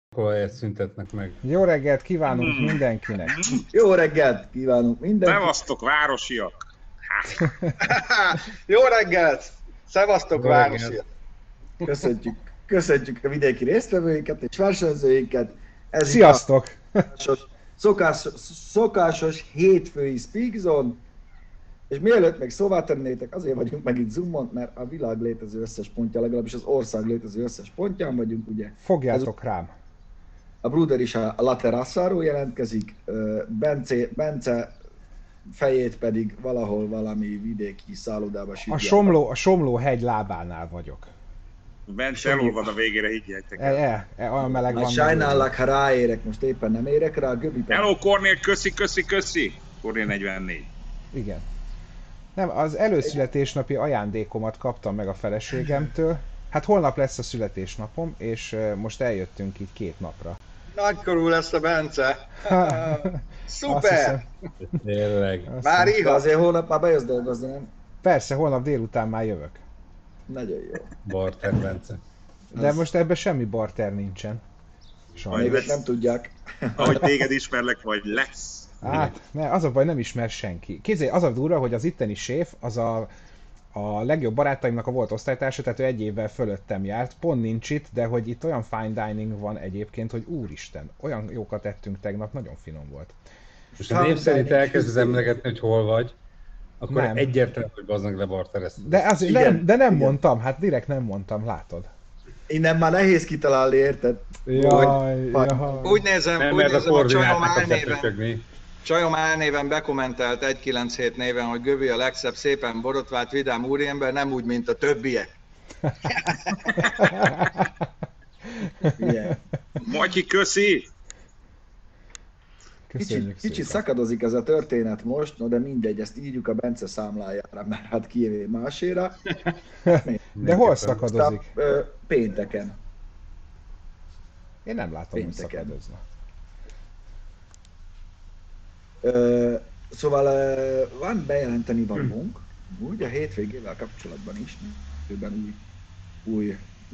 Hol ezt szüntetnek meg. Jó reggelt kívánunk mindenkinek! Jó reggelt kívánunk mindenkinek! Szevasztok, városiak! Jó reggelt! Szevasztok, Jó reggelt. városiak! Köszöntjük a vidéki résztvevőinket és versenyzőinket. Ez Sziasztok! Szokásos hétfői Speak Zone. És mielőtt még szóvá tennétek, azért vagyunk meg itt Zoomon, mert a világ létező összes pontja, legalábbis az ország létező összes pontján vagyunk, ugye. Fogjátok rám! A Bruder is a La Terrassáról jelentkezik, Bence fejét pedig valahol valami vidéki szállodába sütje. A Somló hegy lábánál vagyok. Bent elolvad a végére, higgyétek el. Olyan meleg van. Sajnállak, ha ráérek, most éppen nem érek rá, a Göbi pedig. Hello, Kornél, köszi! Kornél 44. Igen. Nem, az előszületésnapi ajándékomat kaptam meg a feleségemtől. Hát holnap lesz a születésnapom, és most eljöttünk itt 2 napra. Nagykorú lesz a Bence! Szuper! Tényleg. Már De igaz! azért holnap már bejössz dolgozni, nem? Persze, holnap délután már jövök. Nagyon jó. Barter Bence. De most ebben semmi barter nincsen. Még ők nem tudják. Ahogy téged ismerlek, vagy lesz. Hát, az a baj, nem ismer senki. Képzelj, az a durva, hogy az itteni séf, az a legjobb barátaimnak a volt osztálytársa, tehát ő 1 évvel fölöttem járt, pont nincs itt, de hogy itt olyan fine dining van egyébként, hogy úristen, olyan jókat ettünk tegnap, nagyon finom volt. Most a név szerint elkezded emlegetni, hogy hol vagy, akkor Nem. egyértelmű, hogy baznak le Barter ezt. De nem mondtam, hát direkt nem mondtam, látod. Innen már nehéz kitalálni, érted? Jaj. Úgy nézem, Nem, úgy ez a nézem, a koordinátnak a betökögni. Csajom álnéven bekommentelt 197 néven, hogy Göbi a legszebb, szépen borotvált, vidám úriember, nem úgy, mint a többiek. Igen. Matyi, köszi! Köszönjük Kicsit szépen. szakadozik ez a történet most, no de mindegy, ezt írjuk a Bence számlájára, mert hát kiévé máséra. De hol Aztán szakadozik? pénteken. Én nem látom, hogy pénteken. szakadozna. Szóval van bejelenteni valónk, úgy a hétvégével kapcsolatban is, őben új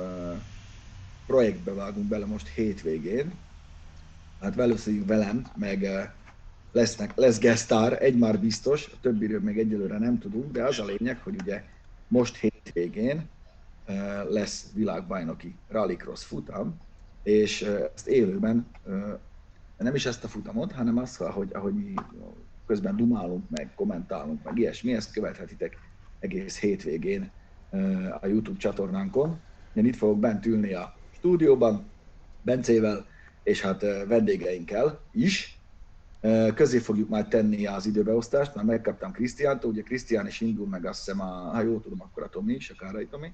projektbe vágunk bele most hétvégén. Hát valószínűleg velem, meg lesz guest-star, egy már biztos, a többiről még egyelőre nem tudunk, de az a lényeg, hogy ugye most hétvégén lesz világbajnoki rallycross futam, és ezt élőben, nem is ezt a futamot, hanem azt, ahogy mi közben dumálunk, meg kommentálunk, meg ilyesmi, ezt követhetitek egész hétvégén a YouTube csatornánkon. Én itt fogok bent ülni a stúdióban, Bencével, és hát vendégeinkkel is. Közé fogjuk majd tenni az időbeosztást, mert megkaptam Krisztiántól, ugye Krisztián is indul, meg azt hiszem, ha jól tudom, akkor a Tomi is, a Kárai Tomi.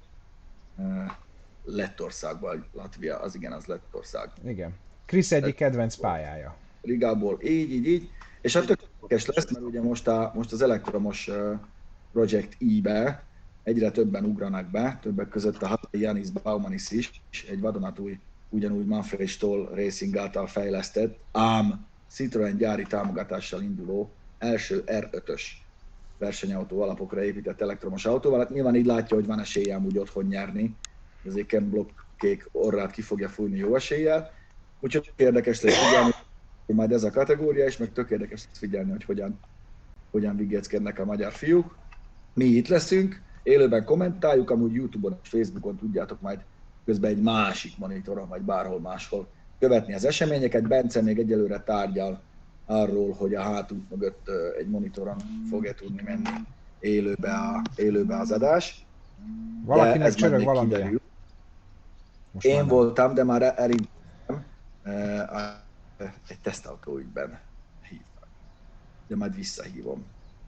Lettországban, Latvia, az igen, az Lettország. Igen. Krisz egyik kedvenc pályája. Rigából, így. És hát tökéletes lesz, mert ugye most az elektromos Project E-be egyre többen ugranak be, többek között a hazai Janis Baumanis is, egy vadonatúj, ugyanúgy Manfred Stoll Racing által fejlesztett, ám Citroën gyári támogatással induló első R5-ös versenyautó alapokra épített elektromos autóval. Hát nyilván így látja, hogy van esélye amúgy otthon nyerni, ezért Ken Block kék orrát ki fogja fújni jó eséllyel. Úgyhogy érdekes lesz figyelni, hogy majd ez a kategória is, meg tök érdekes lesz figyelni, hogy hogyan vigéckednek a magyar fiúk. Mi itt leszünk, élőben kommentáljuk, amúgy YouTube-on és Facebookon tudjátok majd közben egy másik monitoron, vagy bárhol máshol követni az eseményeket. Bence még egyelőre tárgyal arról, hogy a hátunk mögött egy monitoron fog-e tudni menni élőbe az adás. Valakinek csörög valamilyen. Én voltam, de már elindultam egy tesztautó ügyben hívtak. De majd visszahívom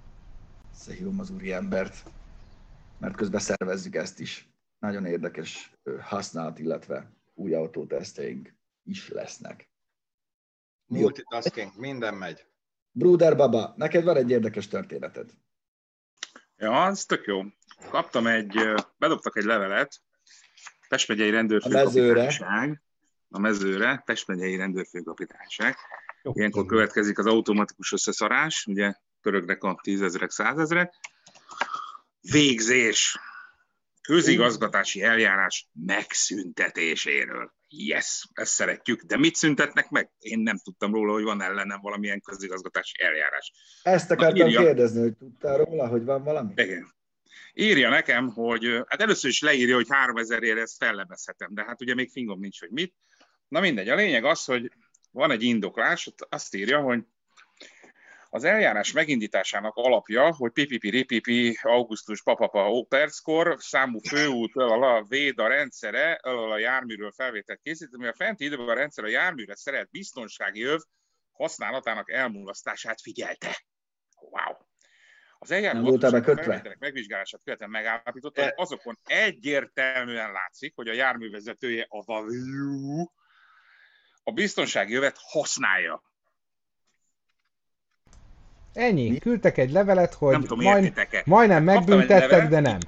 az úriembert, mert közben szervezzük ezt is. Nagyon érdekes használat, illetve új autóteszteink is lesznek. Multitasking, minden megy. Bruder Baba, neked van egy érdekes történeted. Ja, az tök jó. Bedobtak egy levelet, Pest megyei rendőrfőkapitányság. A mezőre, Pest megyei rendőrfőkapitányság. Ilyenkor következik az automatikus összeszarás, ugye pörögnek a 10 000-ek, 100 000-ek. Végzés! közigazgatási eljárás megszüntetéséről. Yes, ezt szeretjük. De mit szüntetnek meg? Én nem tudtam róla, hogy van ellenem valamilyen közigazgatási eljárás. Ezt akartam kérdezni, hogy tudtál róla, hogy van valami? Igen. Írja nekem, hogy hát először is leírja, hogy 3000-ért ezt fellebezhetem, de hát ugye még fingom nincs, hogy mit. Na mindegy, a lényeg az, hogy van egy indoklás, azt írja, hogy az eljárás megindításának alapja, hogy pipipi augusztus papapa perckor számú főút a Véda rendszere a járműről felvételt készít, ami a fenti időben a rendszer a járműre szerelt biztonsági öv használatának elmulasztását figyelte. Wow! Az eljáró felvételek megvizsgálását követően megállapította, hogy azokon egyértelműen látszik, hogy a járművezetője a biztonsági övet használja. Ennyi. Küldtek egy levelet, hogy majdnem megbüntettek, de nem.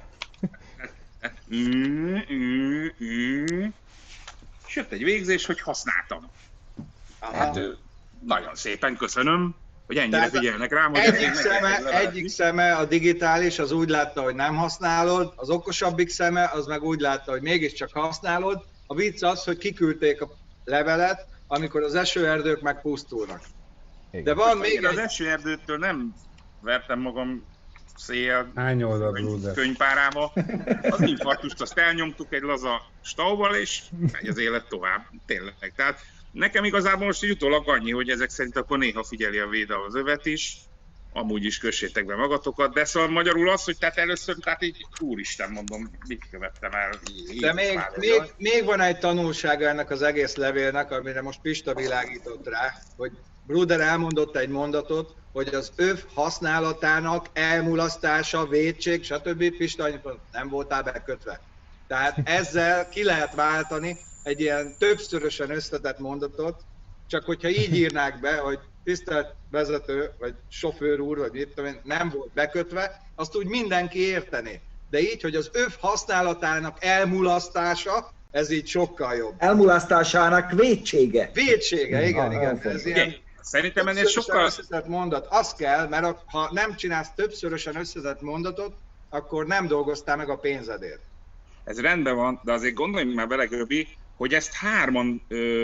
És jött egy végzés, hogy használtam. Hát nagyon szépen köszönöm, hogy ennyire figyelnek rám. Egyik szeme a digitális, az úgy látta, hogy nem használod, az okosabbik szeme, az meg úgy látta, hogy mégiscsak használod. A vicc az, hogy kiküldték a levelet, amikor az esőerdők megpusztulnak. De van még az esőerdőtől nem vertem magam széjjel könyvpárába. Az infarktust azt elnyomtuk egy laza stauval, és megy az élet tovább. Tényleg. Tehát nekem igazából most jutólag annyi, hogy ezek szerint akkor néha figyeli a Véda az övet is, amúgy is kössétek be magatokat, de szóval magyarul az, hogy tehát először, tehát így úristen mondom, mit követtem el. De még van egy tanulsága ennek az egész levélnek, amire most Pista világított rá, hogy Bruder elmondott egy mondatot, hogy az öv használatának elmulasztása, vétség, stb. Pista nem voltál bekötve. Tehát ezzel ki lehet váltani egy ilyen többszörösen összetett mondatot, csak hogyha így írnák be, hogy tisztelt vezető, vagy sofőr úr, vagy mit tudom én, nem volt bekötve, azt úgy mindenki értené. De így, hogy az öv használatának elmulasztása, ez így sokkal jobb. Elmulasztásának vétsége. Vétsége, igen. Ez ilyen szerintem ennél sokkal összetett mondat. Az kell, mert ha nem csinálsz többszörösen összetett mondatot, akkor nem dolgoztál meg a pénzedért. Ez rendben van, de azért gondoljunk már bele, Göbi, hogy ezt hárman,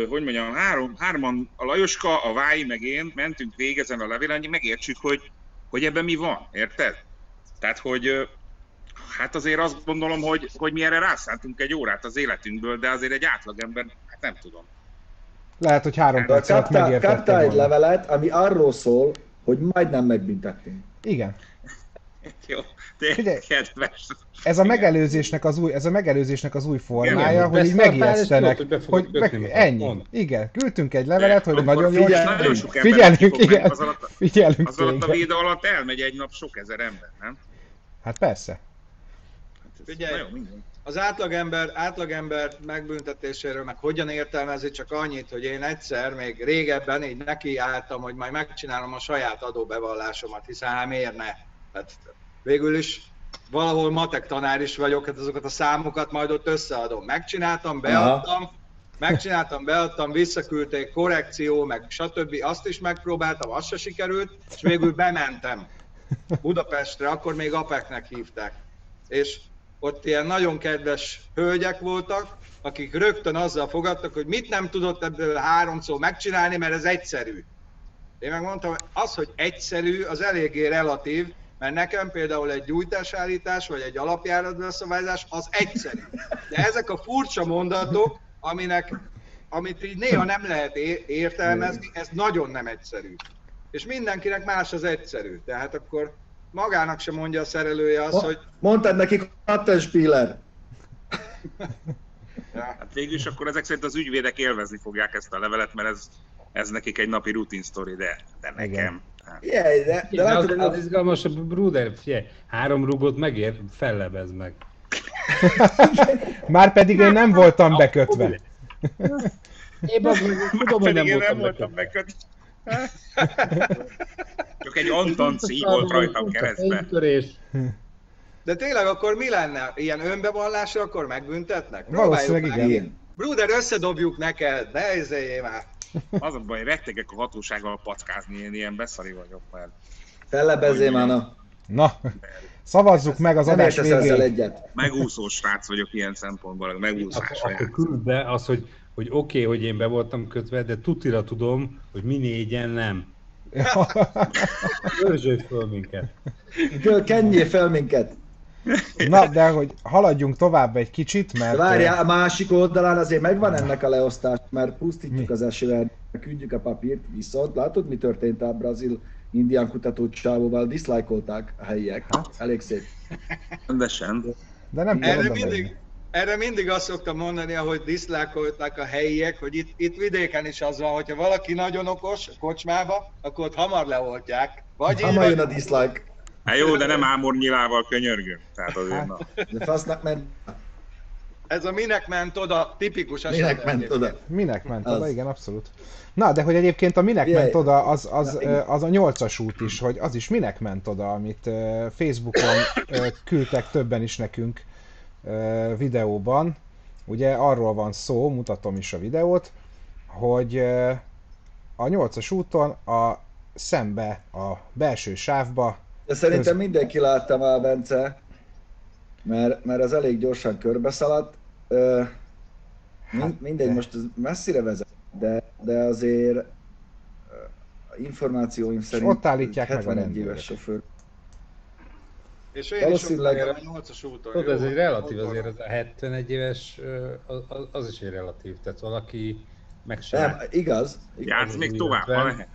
hárman, a Lajoska, a Vályi, meg én mentünk végig ezen a levélen, hogy megértsük, hogy ebben mi van, érted? Tehát, hogy hát azért azt gondolom, hogy mi erre rászántunk egy órát az életünkből, de azért egy átlagember, hát nem tudom. Lehet, hogy 3 perc alatt megértettem. Kaptál egy levelet, ami arról szól, hogy majdnem megbüntettünk. Igen. Jó, de kedves. Ez a megelőzésnek az új formája, hogy így megijesztenek, hogy ennyi. Igen, küldtünk egy levelet, hogy nagyon jól figyelünk, igen. Figyelünk. Az alatt a Véda alatt elmegy egy nap sok ezer ember, nem? Hát persze. Figyelj, az átlagember megbüntetéséről meg hogyan értelmezi, csak annyit, hogy én egyszer, még régebben így nekiálltam, hogy majd megcsinálom a saját adóbevallásomat, hiszen hát miért ne? Hát végül is valahol matek tanár is vagyok, hát azokat a számokat majd ott összeadom. Beadtam, visszaküldték, korrekció, meg stb. Azt is megpróbáltam, az se sikerült, és végül bementem Budapestre, akkor még APEC-nek hívták. És ott ilyen nagyon kedves hölgyek voltak, akik rögtön azzal fogadtak, hogy mit nem tudott ebből 3-szor megcsinálni, mert ez egyszerű. Én megmondtam, hogy az, hogy egyszerű, az eléggé relatív, mert nekem például egy gyújtásállítás, vagy egy alapjáratbeszabályozás, az egyszerű. De ezek a furcsa mondatok, amit így néha nem lehet értelmezni, ez nagyon nem egyszerű. És mindenkinek más az egyszerű. Tehát akkor magának sem mondja a szerelője azt, hogy... Mondtad nekik, Attenspieler! Hát végül is akkor ezek szerint az ügyvédek élvezni fogják ezt a levelet, mert ez nekik egy napi rutin sztori, de nekem... De az izgalmasabb, Bruder, figyelj, 3 rugót megér, fellebez meg. Már én nem voltam bekötve. Én tudom, hogy nem voltam bekötve. Csak egy Antanci volt rajtam keresztbe. De tényleg akkor mi lenne? Ilyen önbevallásra akkor megbüntetnek? Valószínűleg igen. Bruder, összedobjuk neked, ne izéljél már. Az a baj, rettegek a hatósággal packázni, én ilyen beszari vagyok már. Fellebezzél már, Na, Szavazzuk meg az Nem adás értesz ezzel végéig. egyet. Megúszó srác vagyok ilyen szempontból, a megúszásra Akkor játszom. küld be az, hogy oké, hogy én be voltam kötve, de tutira tudom, hogy mi négyen nem. Őrzsölj föl minket. Kenjél fel minket. Na, de hogy haladjunk tovább egy kicsit, De mert... várjál, a másik oldalán azért megvan ennek a leosztás, mert pusztítjuk Mi? az esővel, küldjük a papírt, viszont látod, mi történt a brazil indián kutató csávóval? Diszlájkolták a helyiek. Hát. Elég szép. Rendesen. De nem kell Erre oda menni. mindig azt szoktam mondani, ahogy diszlákolták a helyiek, hogy itt vidéken is az van, hogyha valaki nagyon okos a kocsmába, akkor ott hamar leoltják. Vagy így, Hamar jön a vagy... dislike. Hát jó, de nem ámornyilával könyörgöm. Tehát azért na. De fasznak ment. Ez a minek ment oda, tipikus eset. Minek ment oda? Minek ment Az. oda? Igen, abszolút. Na, de hogy egyébként a minek Figyelj. ment oda, az Na, a 8-as út is, hogy az is minek ment oda, amit Facebookon küldtek többen is nekünk videóban. Ugye arról van szó, mutatom is a videót, hogy a 8-as úton szembe a belső sávba. De szerintem mindenki látta már, Bence, mert az elég gyorsan körbeszaladt. Mindegy, de- most ez messzire vezet, de azért információim szerint ott állítják meg a 71 rendőrök. éves sofőr. És én Valószínűleg- is ott a 8-as úton. Tudod, jó? ez egy relatív, Ott azért van. az a 71 éves, az is egy relatív, tehát valaki meg Nem, sem. igaz. Játsz még tovább, ha lehet.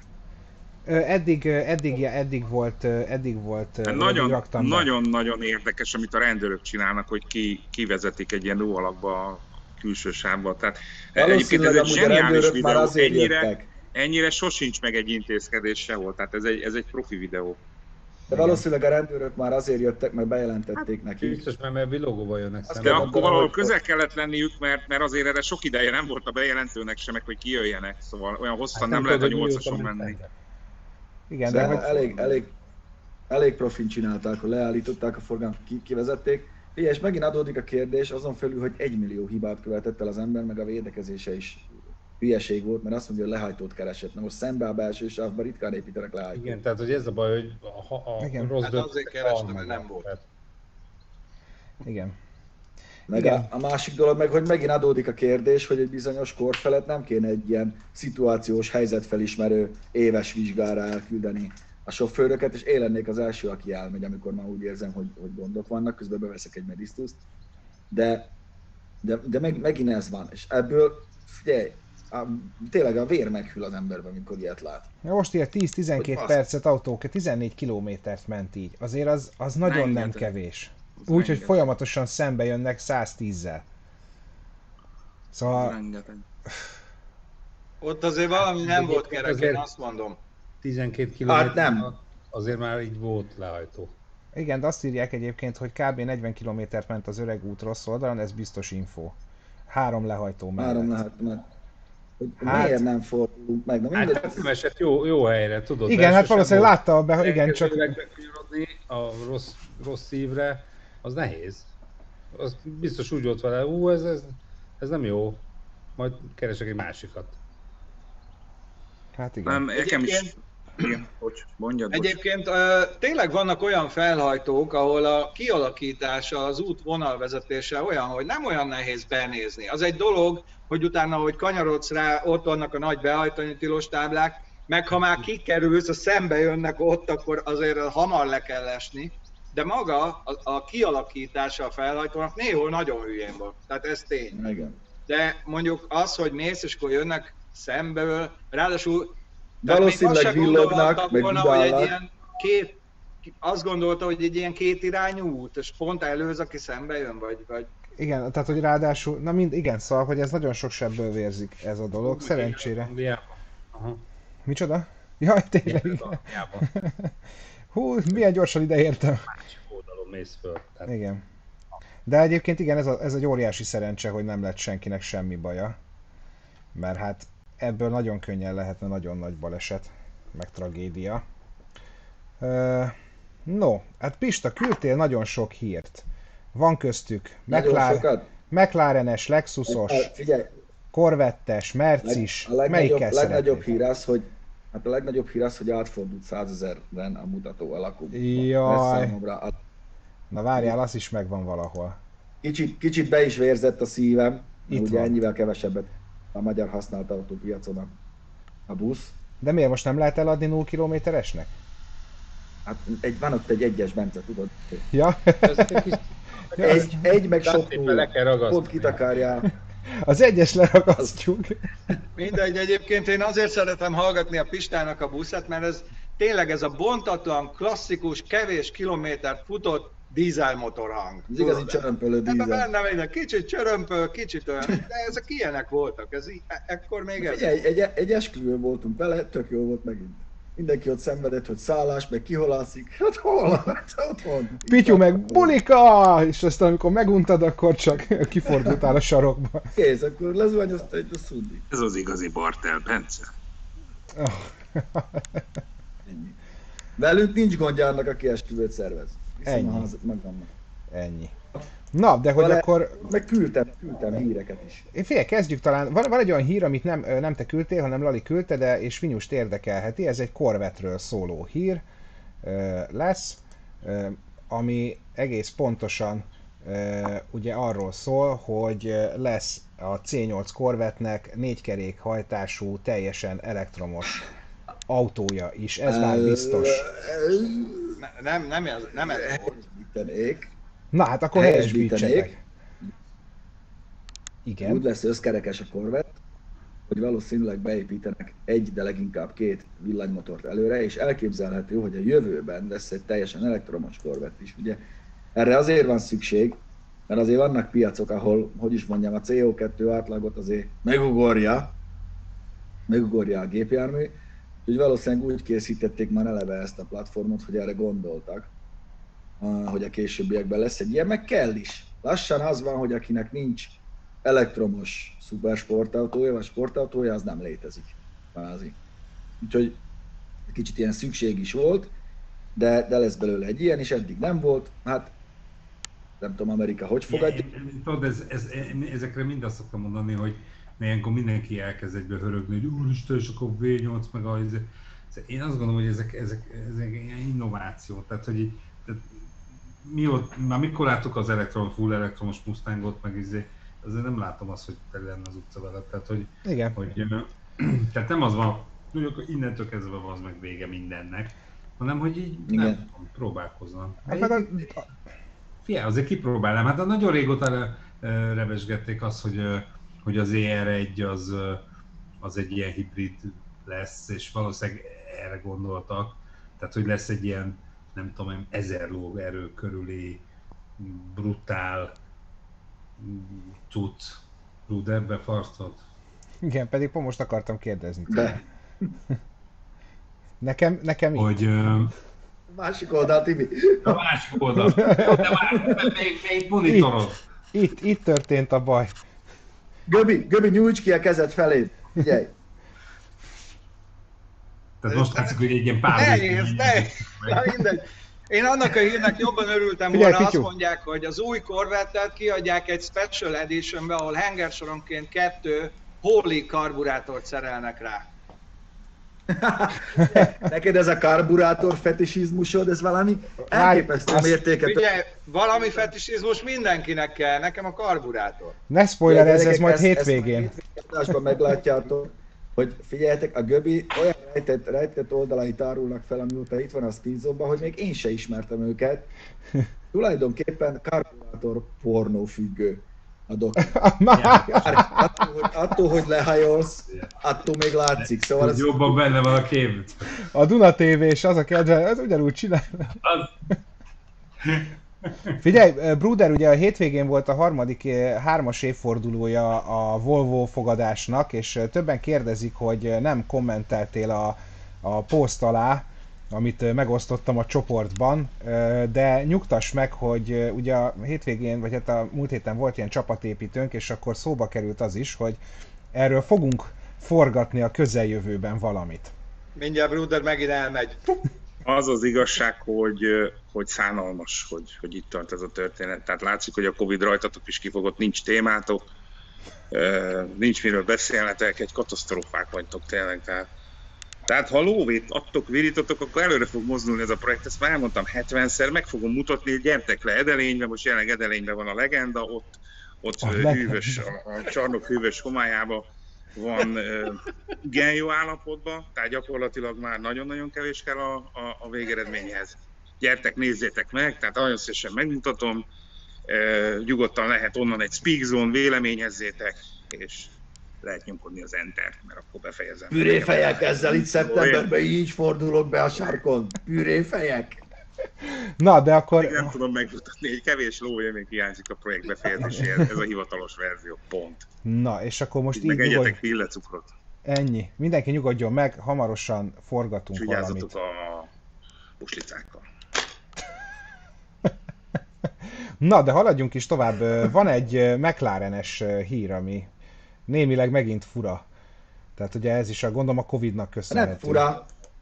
Eddig volt, eddig raktam be. Nagyon érdekes, amit a rendőrök csinálnak, hogy kivezetik egy ilyen lóalakba a külső sávba. Tehát egyébként ez Valószínűleg egy amúgy a zseniális rendőrök már videó, azért jöttek. ennyire sosincs meg egy intézkedés sehol, tehát ez egy profi videó. De valószínűleg a rendőrök már azért jöttek, mert bejelentették nekik. Biztos, mert villogóval jönnek Azt De szembe. kell akkor mondanom, valahol hogy- közel kellett lenniük, mert azért erre sok ideje nem volt a bejelentőnek sem, meg hogy kijöjjenek, szóval olyan hosszan nem lehet a 8-ason menni. Igen, De de hogy elég profin csinálták, hogy leállították a forgalmat, kivezették. Figyelj, és megint adódik a kérdés, azon felül, hogy 1 millió hibát követett el az ember, meg a védekezése is hülyeség volt, mert azt mondja, hogy lehajtót keresett. Na most szembe a belső sávban ritkán építenek lehajtót. Igen, tehát hogy ez a baj, hogy a Igen. rossz Hát döntés azért kerestem, van mert meg. nem volt. Tehát igen. Meg Igen. a másik dolog meg, hogy megint adódik a kérdés, hogy egy bizonyos kor felett nem kéne egy ilyen szituációs helyzetfelismerő éves vizsgára elküldeni a sofőröket, és én lennék az első, aki elmegy, amikor már úgy érzem, hogy gondok vannak, közben beveszek egy medisztuszt. De megint ez van, és ebből, figyelj, tényleg a vér meghűl az emberben, amikor ilyet lát. Ja, most ilyen 10-12 Hogy fasz. percet autók, 14 kilométert ment így. Azért az nagyon nem Rengeteg. kevés. Az Úgy, hogy rengeteg. folyamatosan szembe jönnek 110-zel. Szóval, Rengeteg. Ott azért valami nem volt Egyébként kerek, azért- én azt mondom. 12 Hát nem. km azért már így volt lehajtó. igen, de azt írják egyébként, hogy kb. 40 kilométert ment az öreg út rossz oldalon, ez biztos info. 3 lehajtó mellett. 3 lehet, mert hogy Hát- miért nem fordulunk meg? Na Hát mindegy, nem esett jó helyre, tudod. Igen, hát belső valószínűleg sávon látta be, igen, csak... elkezdődnek bekanyarodni a rossz szívre, az nehéz. Az biztos úgy volt vele, ez nem jó, majd keresek egy másikat. Hát igen. Nem, nekem is... Egyébként- Igen, bocs, mondjad, bocs. Egyébként tényleg vannak olyan felhajtók, ahol a kialakítása, az út vonalvezetése olyan, hogy nem olyan nehéz benézni. Az egy dolog, hogy utána, hogy kanyarodsz rá, ott vannak a nagy behajtani tilos táblák, meg ha már kikerülsz, a szembe jönnek ott, akkor azért hamar le kell esni. De maga a kialakítása a felhajtónak néhol nagyon hülyén van. Tehát ez tény. igen. De mondjuk az, hogy mész, és akkor jönnek szemből, ráadásul tehát Valószínűleg még azt se villognak, gondolta meg volna, hogy egy dudálnak. ilyen azt gondolta, hogy egy ilyen kétirányú út, és pont előz, aki szembe jön, vagy Igen, tehát hogy ráadásul, igen, szóval, hogy ez nagyon sok sebből vérzik ez a dolog, szerencsére. Angliában. Aha. Micsoda? Jaj, tényleg. Igen, Angliában. Hú, milyen gyorsan ideértem. Másik oldalon mész föl. Tehát Igen. De egyébként igen, ez egy óriási szerencse, hogy nem lett senkinek semmi baja. Mert hát ebből nagyon könnyen lehetne nagyon nagy baleset, meg tragédia. No, hát Pista, küldtél nagyon sok hírt. Van köztük Nagyon sokat. McLarenes, Lexusos, Figyelj, Corvettes, Mercis. a legnagyobb, Melyikkel legnagyobb szeretnél? hír az, hogy hát a legnagyobb hír az, hogy átfordult 100 000-ben a mutató alakú. Jaj. Ez számomra Na várjál, az is megvan valahol. Kicsit be is vérzett a szívem, Itt ugye van. ennyivel kevesebbet a magyar használt autópiacon a busz. De miért most nem lehet eladni 0 kilométeresnek? Hát van ott egy egyes Bence, tudod? Ja, Ez egy kis Egy meg sok szépen le kell nulla. ragasztani. Pont kitakarjál. az egyes leragasztjuk. Mindegy, egyébként én azért szeretem hallgatni a Pistának a buszát, mert ez tényleg ez a bontatlan, klasszikus, kevés kilométert futott dízelmotor hang. Az igazi csörömpölő Ebben dízel. benne minden, kicsit csörömpöl, kicsit olyan, de ezek ilyenek voltak, ekkor még ez. Figyelj, egy esküvőn voltunk vele, tök jó volt megint. Mindenki ott szenvedett, hogy szállás, meg ki hol alszik. Hát hol? Hát otthon. Pityu meg bulika! És aztán amikor meguntad, akkor csak kifordultál a sarokba. Kész, akkor lezuhanyozta egy a szundi. Ez az igazi Bartel, Bence. Ennyi. Velünk nincs gondja annak, aki esküvőt szervez. Viszem Ennyi. a házat magamnak. Ennyi. Na, de hogy Vele- akkor... Meg küldtem híreket is. Figyelj, kezdjük talán. Van egy olyan hír, amit nem te küldtél, hanem Lali küldte, de és Vinyust érdekelheti. Ez egy Corvette-ről szóló hír lesz, ami egész pontosan ugye arról szól, hogy lesz a C8 Corvette-nek 4 kerékhajtású, teljesen elektromos autója is. Ez már biztos. Nem ez volt. Helyesbítenék. Na hát akkor helyesbítsetek. Igen. Úgy lesz összkerekes a Corvette, hogy valószínűleg beépítenek egy, de leginkább 2 villanymotort előre, és elképzelhető, hogy a jövőben lesz egy teljesen elektromos Corvette is. Ugye erre azért van szükség, mert azért vannak piacok, ahol, hogy is mondjam, a CO2 átlagot azért megugorja a gépjármű, úgyhogy valószínűleg úgy készítették már eleve ezt a platformot, hogy erre gondoltak, hogy a későbbiekben lesz egy ilyen, meg kell is. Lassan az van, hogy akinek nincs elektromos szupersportautója, vagy sportautója, az nem létezik. Kvázi. Úgyhogy kicsit ilyen szükség is volt, de lesz belőle egy ilyen, és eddig nem volt. Hát nem tudom, Amerika hogy fogadja. Tudod, ezekre mind azt szoktam mondani, hogy ilyenkor mindenki elkezd egyből hörögni, hogy úristen, és akkor V8, meg a... Én azt gondolom, hogy ezek ilyen innováció. Tehát, hogy így, már mikor láttuk az full elektromos Mustangot, meg azért nem látom azt, hogy tele lenne az utca vele. Tehát, Igen. Tehát nem az van, hogy innentől kezdve van az meg vége mindennek, hanem hogy így Igen. nem tudom, próbálkoznak. Hát meg Figyelj, azért kipróbálnám, hát nagyon régóta revesgették azt, hogy az ER1 az egy ilyen hibrid lesz, és valószínűleg erre gondoltak. Tehát, hogy lesz egy ilyen, nem tudom, 1000 lóerő körüli brutál cucc. Ruder befarsztott? igen, pedig pont most akartam kérdezni. De Nekem így. Hogy másik oldal, Tibi. a másik oldal. De már még monitorod. Itt történt a baj. Göbi, nyújts ki a kezed felé. Figyelj. Tehát most látszik, hogy egy ilyen Nehéz, na mindegy. Én annak a hírnek jobban örültem Figyelj, volna, azt Pityu. mondják, hogy az új Corvette-et kiadják egy Special Editionbe, ahol hengersoronként 2 Holy karburátort szerelnek rá. Neked ez a karburátor fetisizmusod, ez valami elképesztő azt- mértéket. Ugye, valami fetisizmus mindenkinek kell, nekem a karburátor. Ne spoilerezz, ez Gyerekek, majd ezt hétvégén. adásban meglátjátok, hogy figyeljetek, a Göbi olyan rejtett oldalait árulnak fel, amióta itt van a Speedzone-ban, hogy még én se ismertem őket. Tulajdonképpen karburátor pornófüggő a doktor. Attól, hogy lehajolsz, attól még látszik. Szóval ez Jobban benne van a kép. A Duna TV és az a kedve, ez ugyanúgy csinál. Az... Figyelj, Bruder, ugye a hétvégén volt a harmadik 3-as évfordulója a Volvo fogadásnak, és többen kérdezik, hogy nem kommenteltél a poszt alá, amit megosztottam a csoportban, de nyugtass meg, hogy ugye a hétvégén, vagy hát a múlt héten volt ilyen csapatépítőnk, és akkor szóba került az is, hogy erről fogunk forgatni a közeljövőben valamit. Mindjárt Bruder megint elmegy. Az az igazság, hogy szánalmas, hogy itt tart ez a történet. Tehát látszik, hogy a Covid rajtatok is kifogott, nincs témátok, nincs miről beszélnetek, egy katasztrófák vagytok tényleg. Tehát Tehát ha lóvét adtok, virítotok, akkor előre fog mozdulni ez a projekt. Ezt már elmondtam 70-szer, meg fogom mutatni, hogy gyertek le Edelénybe, most jelenleg Edelényben van a legenda, ott hűvös, a csarnok hűvös homályában van igen jó állapotban, tehát gyakorlatilag már nagyon-nagyon kevés kell a végeredményhez. Gyertek, nézzétek meg, tehát nagyon szívesen megmutatom, nyugodtan lehet onnan egy speak zone, véleményezzétek, és lehet nyomkodni az Enter, mert akkor befejezem. Püréfejek, ezzel itt szeptemberben így fordulok be a sarkon. Püréfejek. Na, de akkor... Még nem tudom megmutatni, egy kevés lója még hiányzik a projekt befejezéséhez, ez a hivatalos verzió, pont. Na, és akkor most meg így egyetek pillecukrot. Ennyi. Mindenki nyugodjon meg, hamarosan forgatunk valamit. Vigyázzatok a puslicákkal. Na, de haladjunk is tovább. Van egy McLaren-es hír, ami némileg megint fura. Tehát ugye ez is gondolom a Covid-nak köszönhető. Nem fura.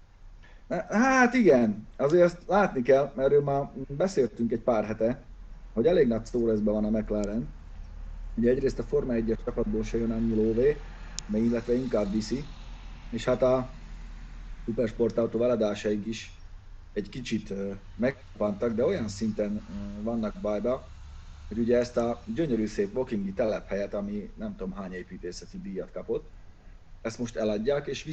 Hát igen, azért azt látni kell, mert erről már beszéltünk egy pár hete, hogy elég nagy stressben van a McLaren. Ugye egyrészt a Forma 1-es csapatból se jön annyi lóvé, illetve inkább viszi, és hát a szupersportautó eladásaik is egy kicsit megpantak, de olyan szinten vannak bajba, hogy ugye ezt a gyönyörű szép Wokingi telephelyet, ami nem tudom hány építészeti díjat kapott, ezt most eladják és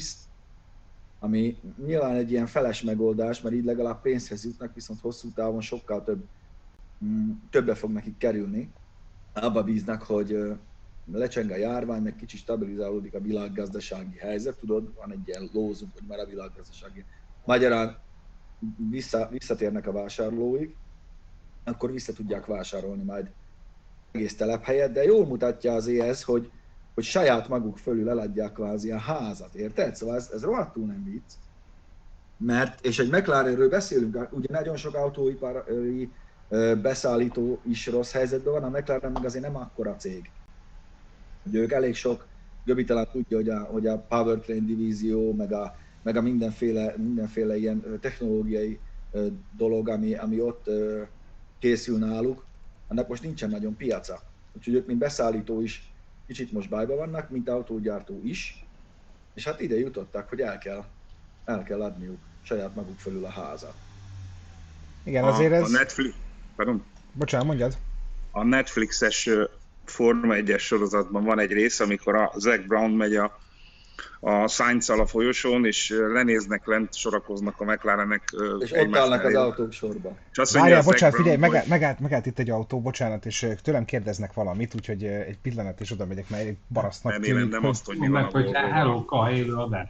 ami nyilván egy ilyen feles megoldás, mert így legalább pénzhez jutnak, viszont hosszú távon sokkal többe fog nekik kerülni. Abba bíznak, hogy lecseng a járvány, meg kicsit stabilizálódik a világgazdasági helyzet, tudod, van egy ilyen lózunk, hogy már a világgazdasági. Magyarán visszatérnek a vásárlóig, akkor vissza tudják vásárolni majd egész telephelyet, de jól mutatja azért ez, hogy saját maguk fölül eladják kvázi a házat, érted? Szóval ez rohadtul nem vicc. Mert, és egy McLarenről beszélünk, ugye nagyon sok autóipari beszállító is rossz helyzetben van, a McLaren meg azért nem akkora cég. Ugye ők elég sok, Göbi talán tudja, hogy a powertrain divízió, meg a mindenféle ilyen technológiai dolog, ami ott készül náluk, annak most nincsen nagyon piaca. Úgyhogy ők, mint beszállító is kicsit most bajban vannak, mint autógyártó is, és hát ide jutottak, hogy el kell adniuk saját maguk fölül a házat. Igen, azért ez... A Netflix... Pardon? Bocsánat, mondjad. A Netflixes Forma 1-es sorozatban van egy rész, amikor a Zac Brown megy a Sainz-szal a folyosón, és lenéznek lent, sorakoznak a McLarenek. És ott állnak az autók sorba. Várjál, bocsánat, figyelj, megállt itt egy autó, bocsánat, és tőlem kérdeznek valamit, úgyhogy egy pillanat, és oda megyek, mert egy barasznak tűnik. Nem azt, hogy mi van a hogy hello, élő adás.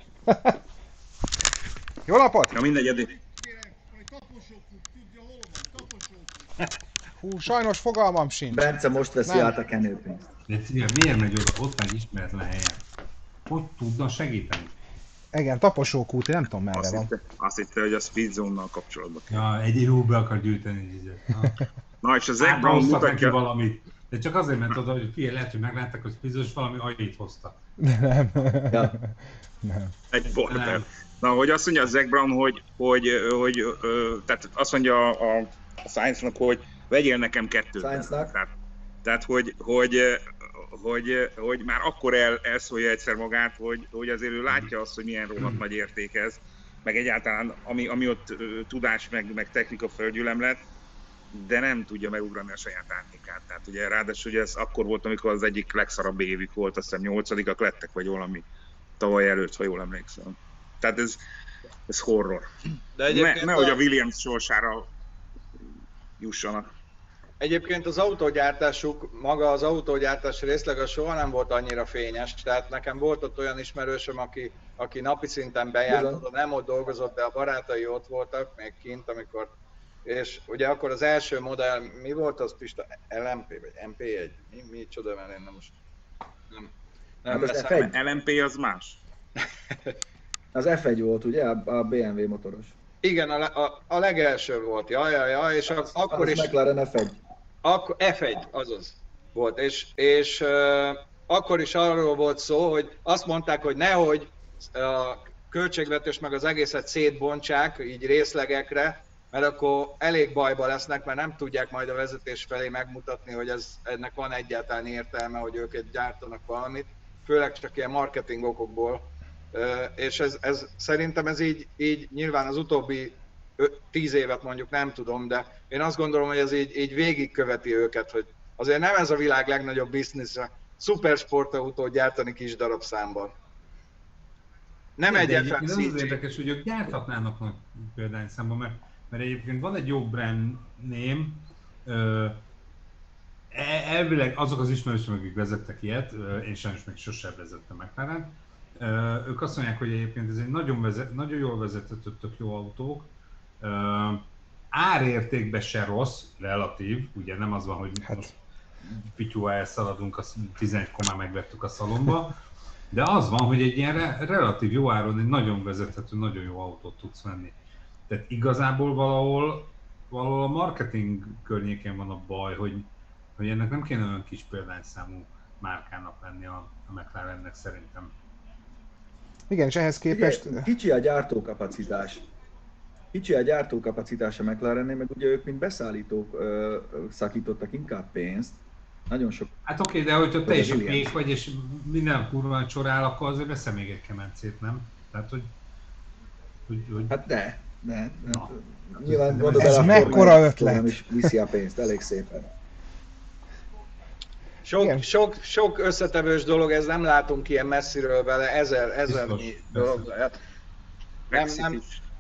Jó napot! Ja, mindegy, eddig. Hú, sajnos fogalmam sincs. Bence most veszi át a kenőpénzt. De miért megy oda? Ott van ismeretlen helyen. Hogy tudna segíteni? Igen, Taposókút, nem tudom merre van. Azt hitte, hogy a Speed Zone-nal kapcsolatban. Ja, egy be akar gyűjteni. Na és a Zac Brown mutatja... valamit. De csak azért, mert oda, hogy figyelj, lehet, hogy megláttak, hogy bizonyos valami ajét hozta. Nem. Ja. Nem. Egy border. Na, hogy azt mondja a Zac Brown, hogy tehát azt mondja a Sainznak, hogy vegyél nekem kettőt. Tehát, hogy már akkor elszólja egyszer magát, hogy azért ő látja azt, hogy milyen rohadt nagy érték ez, meg egyáltalán ami ott tudás, meg technika földgyűlemlet, de nem tudja megugrani a saját árnyékát. Tehát ugye ráadásul ugye ez akkor volt, amikor az egyik legszarabb évük volt, azt hiszem 8-ak lettek, vagy valami tavaly előtt, ha jól emlékszem. Tehát ez horror. Nehogy a Williams sorsára jussanak. Egyébként az autógyártásuk, maga az autógyártás részleg soha nem volt annyira fényes, tehát nekem volt ott olyan ismerősöm, aki napi szinten bejárt, nem ott dolgozott, de a barátai ott voltak még kint, amikor, és ugye akkor az első modell, mi volt az Pista? LMP vagy MP1? Mi csoda, mert én nem most nem veszem. LMP az más? Az F1 volt, ugye? A BMW motoros. Igen, a legelső volt, jaj, és akkor is... McLaren F1. Akkor F1, azaz volt, és akkor is arról volt szó, hogy azt mondták, hogy nehogy a költségvetés meg az egészet szétbontsák így részlegekre, mert akkor elég bajba lesznek, mert nem tudják majd a vezetés felé megmutatni, hogy ennek van egyáltalán értelme, hogy ők gyártanak valamit, főleg csak ilyen marketing okokból. És ez szerintem ez így nyilván az utóbbi 10 évet mondjuk nem tudom, de én azt gondolom, hogy ez így végigköveti őket, hogy azért nem ez a világ legnagyobb biznisze, szupersportautót gyártani kis darabszámban. Nem egy FMCG. Ez az érdekes, hogy ők gyárthatnának nagy példányszámban, mert egyébként van egy jó brand name, elvileg azok az ismerősök, akik vezettek ilyet, én sajnos még sosem vezettem McLaren, ők azt mondják, hogy egyébként ez egy nagyon jól vezetett, tök jó autók, árértékben se rossz, relatív, ugye nem az van, hogy most pityúval elszaladunk, azt 11 komán megvettük a szalomba, de az van, hogy egy ilyen relatív jó áron egy nagyon vezethető, nagyon jó autót tudsz venni. Tehát igazából valahol a marketing környékén van a baj, hogy ennek nem kéne olyan kis példányszámú márkának lenni a McLarennek szerintem. Igen, és ehhez képest... Ugye, kicsi a gyártókapacitás. Kicsi a gyártókapacitás a McLarennél, meg ugye ők mint beszállítók szakítottak inkább pénzt. Nagyon sok... Hát oké, de hogyha te is a pék vagy, és minden kurva csorál, akkor azért veszel még egy kemencét, nem? Tehát, hogy... Hát de. Na. Nyilván ez mekkora ötlet! Nem is viszi a pénzt, elég szépen. Sok összetevős dolog, ez nem látunk ilyen messziről vele, ezernyi dolog lehet. Nem.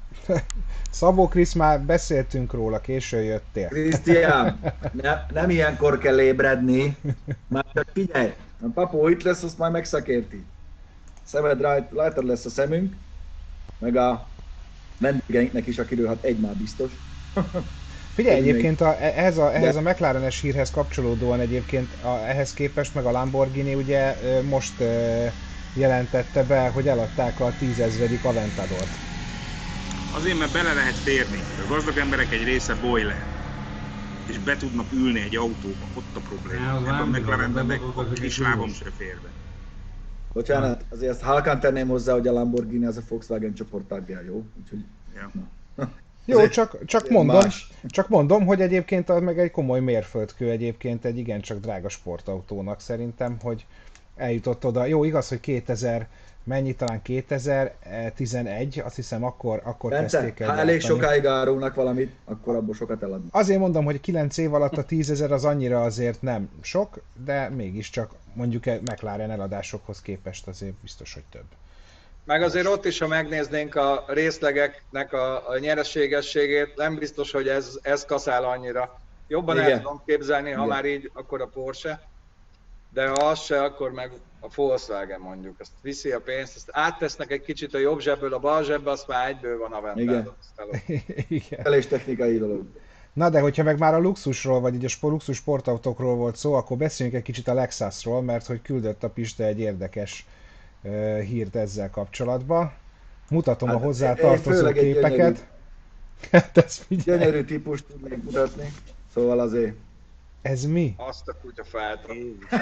Szabó Krisz, már beszéltünk róla, későn jöttél. Krisztián, nem ilyenkor kell ébredni, már csak figyelj, a papó itt lesz, azt majd megszakérti. Szemed rajta lesz a szemünk, meg a vendégeinknek is, akiről hát egy már biztos. Figyelj, egyébként ehhez a McLaren-es hírhez kapcsolódóan egyébként ehhez képest meg a Lamborghini ugye most jelentette be, hogy eladták a 10 000. Aventadort. Azért, mert bele lehet férni. A gazdag emberek egy része boiler. És be tudnak ülni egy autóba, ott a probléma. Ebben a McLarenben meg a kis lábam se fér be. Bocsánat, azért ezt halkan tenném hozzá, hogy a Lamborghini az a Volkswagen csoport tagja, jó? Úgyhogy... Ja. Jó, csak mondom, hogy egyébként meg egy komoly mérföldkő egyébként egy igencsak drága sportautónak szerintem, hogy eljutott oda. Jó, igaz, hogy 2000, mennyi, talán 2011, azt hiszem akkor Bence, kezdték el ha elég sokáig árulnak valamit, akkor abból sokat eladni. Azért mondom, hogy 9 év alatt a 10 000 az annyira azért nem sok, de mégiscsak mondjuk McLaren eladásokhoz képest azért biztos, hogy több. Meg azért ott is, ha megnéznénk a részlegeknek a nyereségességét, nem biztos, hogy ez kaszál annyira. Jobban el tudom képzelni, ha már így, akkor a Porsche, de ha az se, akkor meg a Volkswagen mondjuk. Ezt viszi a pénzt, ezt áttesznek egy kicsit a jobb zsebből a bal zsebbe, azt már egyből van a Aventador. Igen. Elég technikai dolog. Na de hogyha meg már a luxusról, vagy így a luxus sportautókról volt szó, akkor beszéljünk egy kicsit a Lexusról, mert hogy küldött a Pista egy érdekes hírt ezzel kapcsolatban. Mutatom a hozzá tartozó képeket. Gyönyörű típust tudnék mutatni, szóval azért... Ez mi? Azt a kutyafátra.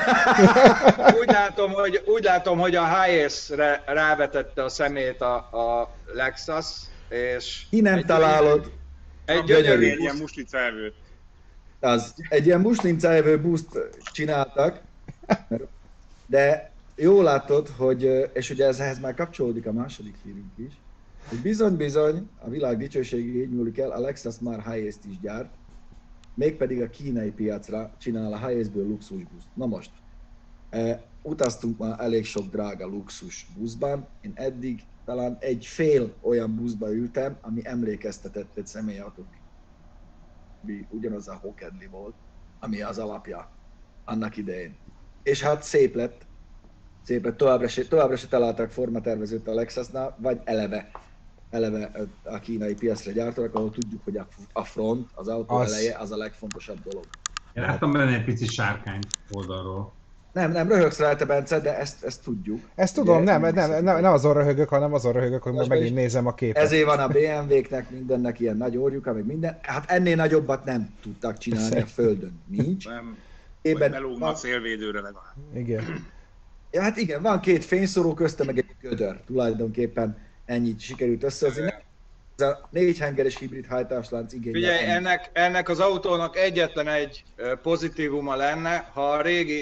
Úgy látom, hogy a Hiace-re rávetette a szemét a Lexus, és... Ki nem találod? Egy gyönyörű ilyen muslincaevőt. Egy ilyen muslincaevő buszt csináltak, de jól látod, hogy, és ugye ehhez már kapcsolódik a második hírünk is, hogy bizony a világ dicsősége így nyúlik el, a Lexus már Hiace-t is gyárt, mégpedig a kínai piacra csinál a Hiace-ből luxusbuszt. Na most, utaztunk már elég sok drága luxus buszban, én eddig talán egy fél olyan buszba ültem, ami emlékeztetett egy személyautót. Ugyanaz a Hockenheim volt, ami az alapja annak idején. És hát szép lett, továbbra se találtak formatervezőt a Lexusnál, vagy eleve a kínai piacra gyártanak, ahol tudjuk, hogy a front, az autó eleje az a legfontosabb dolog. Én láttam benne egy pici sárkány oldalról. Nem röhögsz rajta, Bence, de ezt tudjuk. Ezt tudom, nem azon röhögök, hanem azon röhögök, hogy most megint nézem a képet. Ezért van a BMW-knek, mindennek ilyen nagy orjuka, meg minden. Hát ennél nagyobbat nem tudtak csinálni a Földön. Nincs. Nem, hogy belógna a szélvédőre legalább. Igen. Ja, hát igen, van két fényszóró közte, meg egy gödör. Tulajdonképpen ennyit sikerült összehozni. Ez a 4 hengeres hibrid hajtáslánc igényel. Figyelj, ennek az autónak egyetlen egy pozitívuma lenne, ha a régi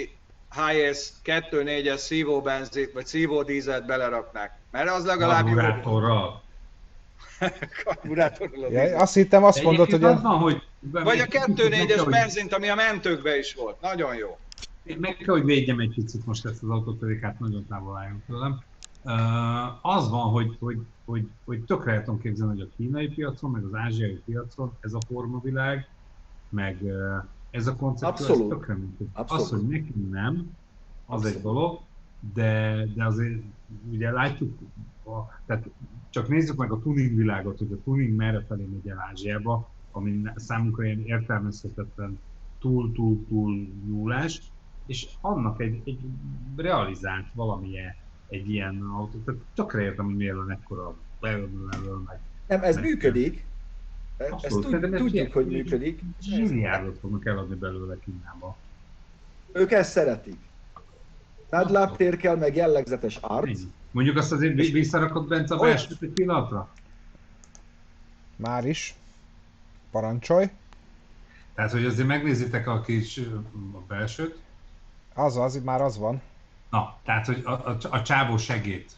HS 2.4-es szívóbenzit, vagy szívódízelt beleraknák. Mert az legalább jó. Karburátorral. Karburátorral. Ja, azt hittem, azt mondod, hogy... Az van, hogy Vagy a 2.4-es benzint, ami a mentőkben is volt. Nagyon jó. Meg kell, hogy védjem egy picit most ezt az autótörikát, nagyon távol álljon tőlem. Az van, hogy tökre el tudom képzelni, hogy a kínai piacon, meg az ázsiai piacon ez a formavilág, meg ez a koncepció, ez tökre működik. Az, hogy nekünk nem, az egy dolog, de azért ugye látjuk, tehát csak nézzük meg a tuning világot, hogy a tuning merre felé megy el Ázsiába, ami számunkra ilyen értelmezhetetlen túl nyúlás, és annak egy realizált valamilyen egy ilyen autó, tehát tökre értem, hogy miért van ekkora belőle meg. Nem, ez működik. Ezt tudjuk, hogy működik. Milliárdot fognak eladni belőle Kínába. Ők ezt szeretik. Nagy lábtér kell, meg jellegzetes arc. Mondjuk azt azért visszarakod Bence a belsőt egy pillanatra? Már is. Parancsolj. Tehát, hogy azért megnézitek a kis a belsőt. Már az van. Na, tehát, hogy a csávó segít.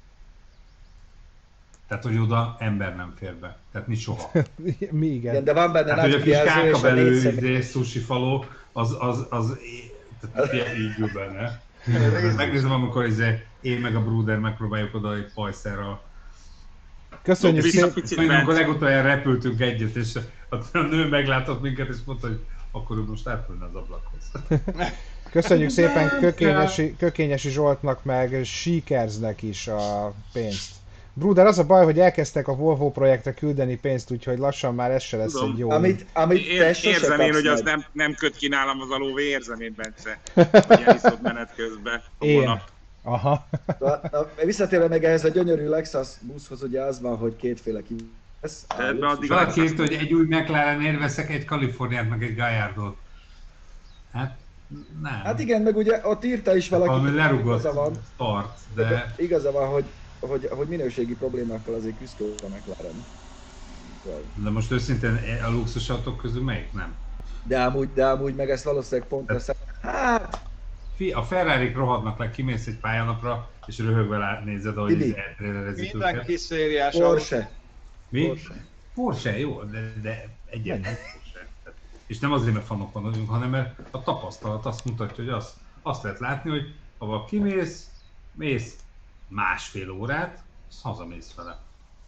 Tehát, hogy oda ember nem fér be. Tehát nincs soha. Mi igen. Igen, de van benne tehát, nagy kijelző, és a belül sushi faló, az így ül benne. Megnézem, amikor én meg a Bruder megpróbáljuk oda egy pajszerra. Köszönjük szépen! Amikor legutoljára repültünk egyet, és a nő meglátott minket, és mondta, hogy akkor ő most átfölne az ablakhoz. Köszönjük szépen Kökényesi Zsoltnak, meg Sikerznek is a pénzt. Bruder, az a baj, hogy elkezdtek a Volvo projektre küldeni pénzt, úgyhogy lassan már ez se lesz egy jó. Érzem én, hogy az nem köt ki nálam az a lóvé, érzem én, Bence, hogy eliszod menet közben holnap. Aha. Visszatérve meg ehhez a gyönyörű Lexus buszhoz, ugye az van, hogy kétféle kivesz. Valaki írta, hogy egy új McLarenért veszek egy Kaliforniát, meg egy Gallardot. Hát nem. Hát igen, meg ugye ott írta is valaki, valami lerugott part, de... Igaza van, hogy minőségi problémákkal azért küzdött a McLaren. De most őszintén a luxus autók közül melyik nem? De amúgy meg ezt valószínűleg pont ezt... Hát... A Ferrarik rohadnak le, kimész egy pályanapra, és röhögve nézed, ahogy eltrélerezik őket. Minden kis szériás Porsche. Mi? Porsche, jó, de egyáltalán Porsche. És nem azért, mert fanok vagyunk, hanem mert a tapasztalat azt mutatja, hogy azt lehet látni, hogy ha mész másfél órát, és hazamész vele.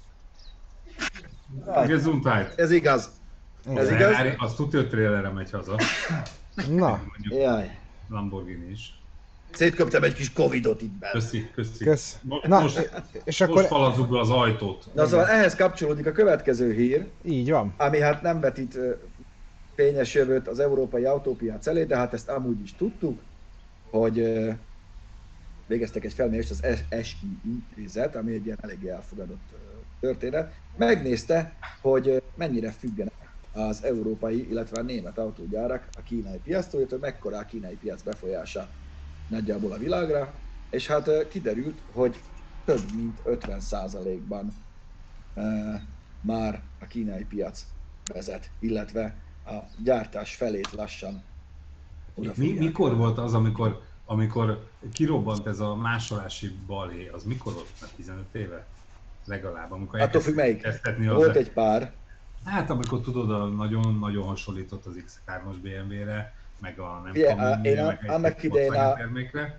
Ez igaz. Ez igaz? Az tudja, hogy trailerre megy haza. Na. Jaj. Lamborghini is. Szétköptem egy kis Covidot itt benne. Kösz. Most falazzuk be az ajtót. Na szóval ehhez kapcsolódik a következő hír. Így van. Ami hát nem vetít fényes jövőt az európai autópiac elé, de hát ezt amúgy is tudtuk, hogy végeztek egy felmérést az SI intézet, ami egy ilyen eléggé elfogadott történet. Megnézte, hogy mennyire függenek az európai, illetve a német autógyárak a kínai piactól, illetve mekkora a kínai piac befolyása nagyjából a világra, és hát kiderült, hogy több mint 50%-ban már a kínai piac vezet, illetve a gyártás felét lassan odafigyel. Mikor volt az, amikor kirobbant ez a másolási balhé, az mikor volt? 15 éve? Legalább, amikor attól függ melyik. Volt egy pár. Hát amikor tudod, nagyon-nagyon hasonlított az X3-as BMW-re, meg a nem tudom, én annak idején termékre.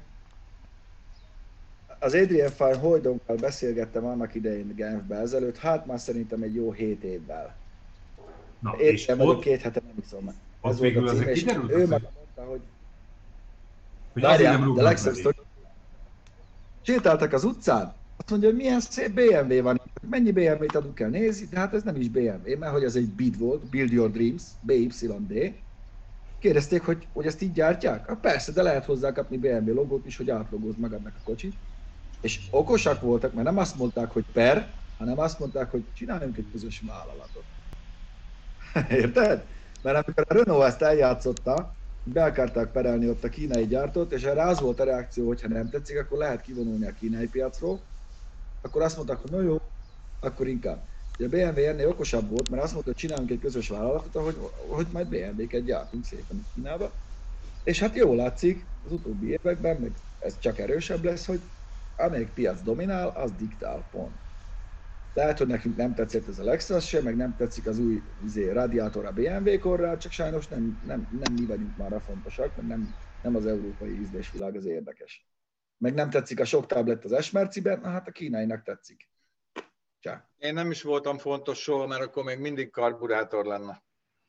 Az Adrian Fine Holdonkkal beszélgettem annak idején Genfbe ezelőtt, hát már szerintem egy jó 7 évvel. Na, és ott 2 hete nem iszom meg. Ez végül azért kiderült, ő meg mondta, hogy azért nem rúgnak belé. Sétáltak az utcán, azt mondja, hogy milyen szép BMW van, mennyi BMW-t adunk el nézni, de hát ez nem is BMW, mert hogy ez egy BYD volt, Build Your Dreams, BYD. Kérdezték, hogy ezt így gyártják? Hát persze, de lehet hozzá kapni BMW logót is, hogy átlogózd magadnak a kocsit. És okosak voltak, mert nem azt mondták, hogy hanem azt mondták, hogy csináljunk egy közös vállalatot. Érted? Mert amikor a Renault ezt eljátszotta, be akarták perelni ott a kínai gyártót, és erre az volt a reakció, hogy ha nem tetszik, akkor lehet kivonulni a kínai piacról. Akkor azt mondták, hogy no jó, akkor inkább. A BMW ennél okosabb volt, mert azt mondta, hogy csinálunk egy közös vállalatot, hogy majd BMW-ket gyártunk szépen Kínába. És hát jól látszik az utóbbi években, meg ez csak erősebb lesz, hogy amelyik piac dominál, az diktál, pont. Lehet, hogy nekünk nem tetszett ez a Lexus se, meg nem tetszik az új radiátor a BMW korral, csak sajnos nem mi vagyunk már a fontosak, mert nem az európai ízlésvilág az érdekes. Meg nem tetszik a sok tablet az S-Merciben, na hát a kínainak tetszik. Csá. Én nem is voltam fontos soha, mert akkor még mindig karburátor lenne.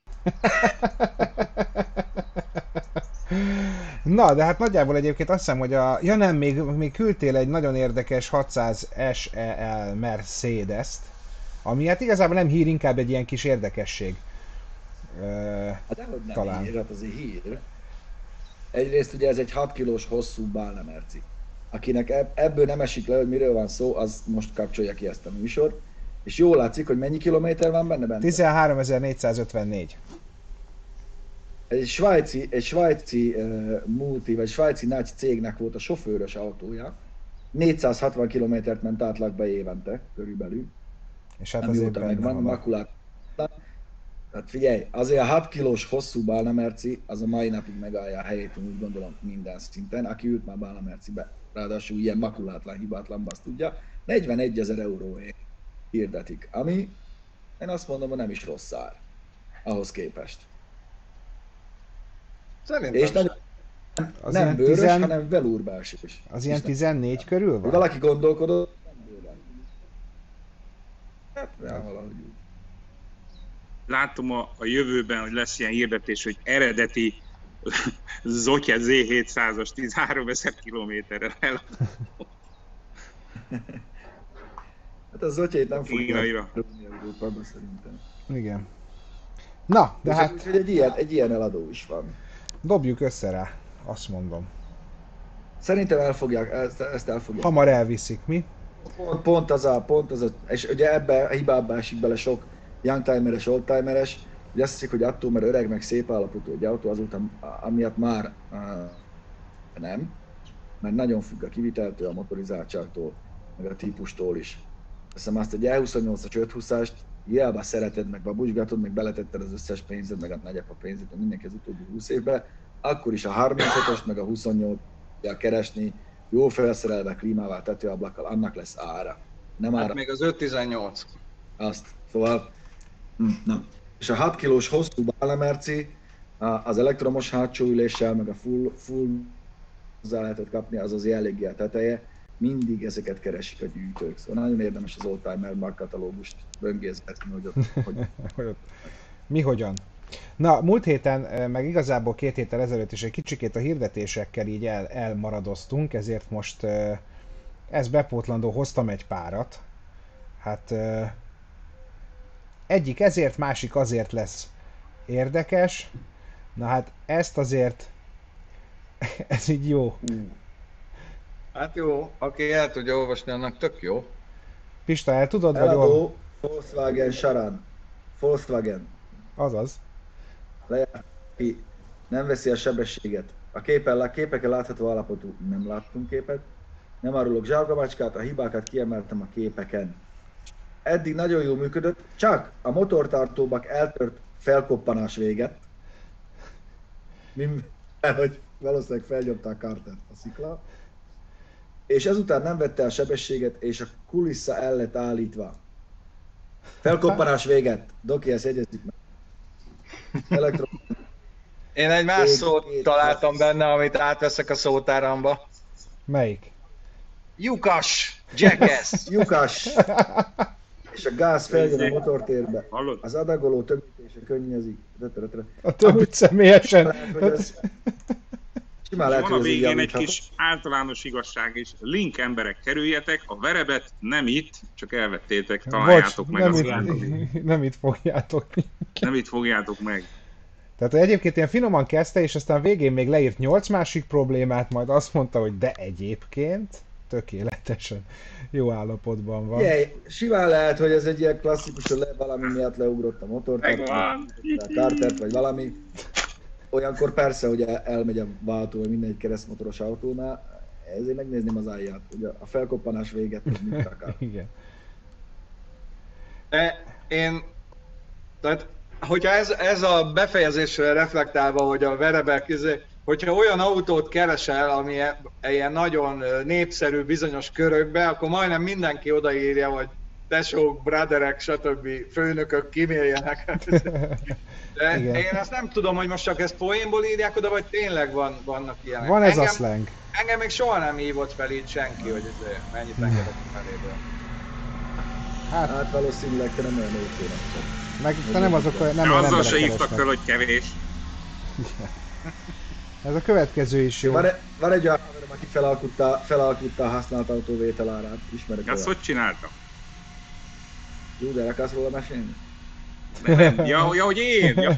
Na, de hát nagyjából egyébként azt hiszem, hogy ja nem, még küldtél egy nagyon érdekes 600 SEL Mercedes-t, ami hát igazából nem hír, inkább egy ilyen kis érdekesség. Hát dehogy nem talán. hír, hát azért hír. Egyrészt ugye ez egy 6 kilós hosszú Balna Merci. Akinek ebből nem esik le, hogy miről van szó, az most kapcsolja ki ezt a műsort. És jól látszik, hogy mennyi kilométer van benne? 13.454. Egy svájci multi, vagy svájci nagy cégnek volt a sofőrös autója. 460 kilométert ment átlagba évente, körülbelül. És hát amióta megvan, makulát. Tehát figyelj, azért a 6 kilós hosszú Balna Merci, az a mai napig megállja a helyét, úgy gondolom minden szinten. Aki ült már Balna Mercibe, ráadásul ilyen makulátlan, hibátlan, azt tudja, 41 000 euróért hirdetik, ami én azt mondom, hogy nem is rossz ár ahhoz képest. Szerintem És nem bőrös, hanem velúrbás is. Az ilyen 14 körül van? Valaki gondolkodott, nem bőrös. Hát, valahogy úgy. Látom a jövőben, hogy lesz ilyen hirdetés, hogy eredeti Zotye Z700-as 13 000 kilométerrel eladható. Hát a Zotyét nem fogja Kínaiba. Európában szerintem. Igen. Na, de hát Úgyhogy egy ilyen eladó is van. dobjuk össze rá, azt mondom. Szerintem ezt elfogják. Hamar elviszik, mi? Pont az a, és ugye ebbe a hibába esik bele sok youngtimeres, oldtimeres, hogy azt hiszik, hogy attól, mert öreg meg szép állapotú egy autó, azután amiatt már nem, mert nagyon függ a kiviteltől, a motorizáltságtól, meg a típustól is. Hiszem azt egy E28-as 520-ast, hiába szereted, meg babusgatod, meg beletetted az összes pénzed, meg a nagyapa pénzed, meg mindenki az utóbbi 20 évben, akkor is a 35-öst, meg a 28-jal keresni, jó felszerelve, klímával, tetőablakkal, annak lesz ára. Nem ára. Hát még az 518. Azt. Szóval, nem. És a 6 kilós hosszú Balna Merci, az elektromos hátsó üléssel, meg a full hozzá lehetett kapni, az az eléggé a teteje. Mindig ezeket keresik a gyűjtők. Szóval nagyon érdemes az Oldtimer Mark katalógust böngészgetni, hogy Mi hogyan? Na, múlt héten, meg igazából 2 héttel ezelőtt is egy kicsikét a hirdetésekkel így elmaradoztunk, ezért most ez bepótlandó hoztam egy párat. Hát egyik ezért, másik azért lesz érdekes. Na hát ezt azért, ez így jó. Hát jó, aki el tudja olvasni, annak tök jó. Pista, el tudod, vagy eladó Volkswagen Charan. Volkswagen. Azaz. Lejárt ki, nem veszi a sebességet. A képeken látható állapotú, nem láttunk képet. Nem árulok zsargabácskát, a hibákat kiemeltem a képeken. Eddig nagyon jól működött, csak a motortartóbak eltört felkoppanás véget. Hogy valószínűleg felnyomta a Cartert a szikla. És ezután nem vette a sebességet, és a kulissza el lett állítva. Felkoppanás véget. Doki, ezt jegyezzük meg. Én egy más szót találtam benne, amit átveszek a szótáramba. Melyik? Lyukas! Jackass! Lyukas! És a gáz feljön a motortérbe. Az adagoló tömítése könnyezik. A többit személyesen. Van a végén egy kis általános igazság is. Link emberek, kerüljetek, a verebet nem itt, csak elvettétek, találjátok meg az nem itt fogjátok. Nem itt fogjátok meg. Tehát egyébként ilyen finoman kezdte, és aztán végén még leírt 8 másik problémát, majd azt mondta, hogy de egyébként tökéletesen jó állapotban van. Simán lehet, hogy ez egy ilyen klasszikus, hogy valami miatt leugrott a motort, a Cartert, vagy valami. Olyankor persze, hogy elmegy a váltó, vagy minden egy keresztmotoros autónál, ezért megnézném az áját, hogy a felkoppanás véget, hogy mit akar. Igen. De hogyha ez a befejezésre reflektálva, hogy a verebek hogyha olyan autót keresel, ami ilyen nagyon népszerű bizonyos körökbe, akkor majdnem mindenki odaírja, hogy tesók, brotherek, stb. Főnökök kiméljenek. De Igen. én azt nem tudom, hogy most csak ezt poénból írják oda, vagy tényleg vannak ilyenek. Van ez a slang. Engem még soha nem hívott fel így senki, hogy mennyit engedek feléből. Hát valószínűleg te nem olyan autónak vagy. Meg te nem azok, nem De olyan azzal emberek se hívtak keresnek. fel, hogy kevés. Ez a következő is jó. Van egy olyan haverom, aki felalkutta a használt autó vételárát. Ismerek Azt hogy csinálta? Jó, de akarsz róla mesélni? Nem. Ja, hogy én! Ja.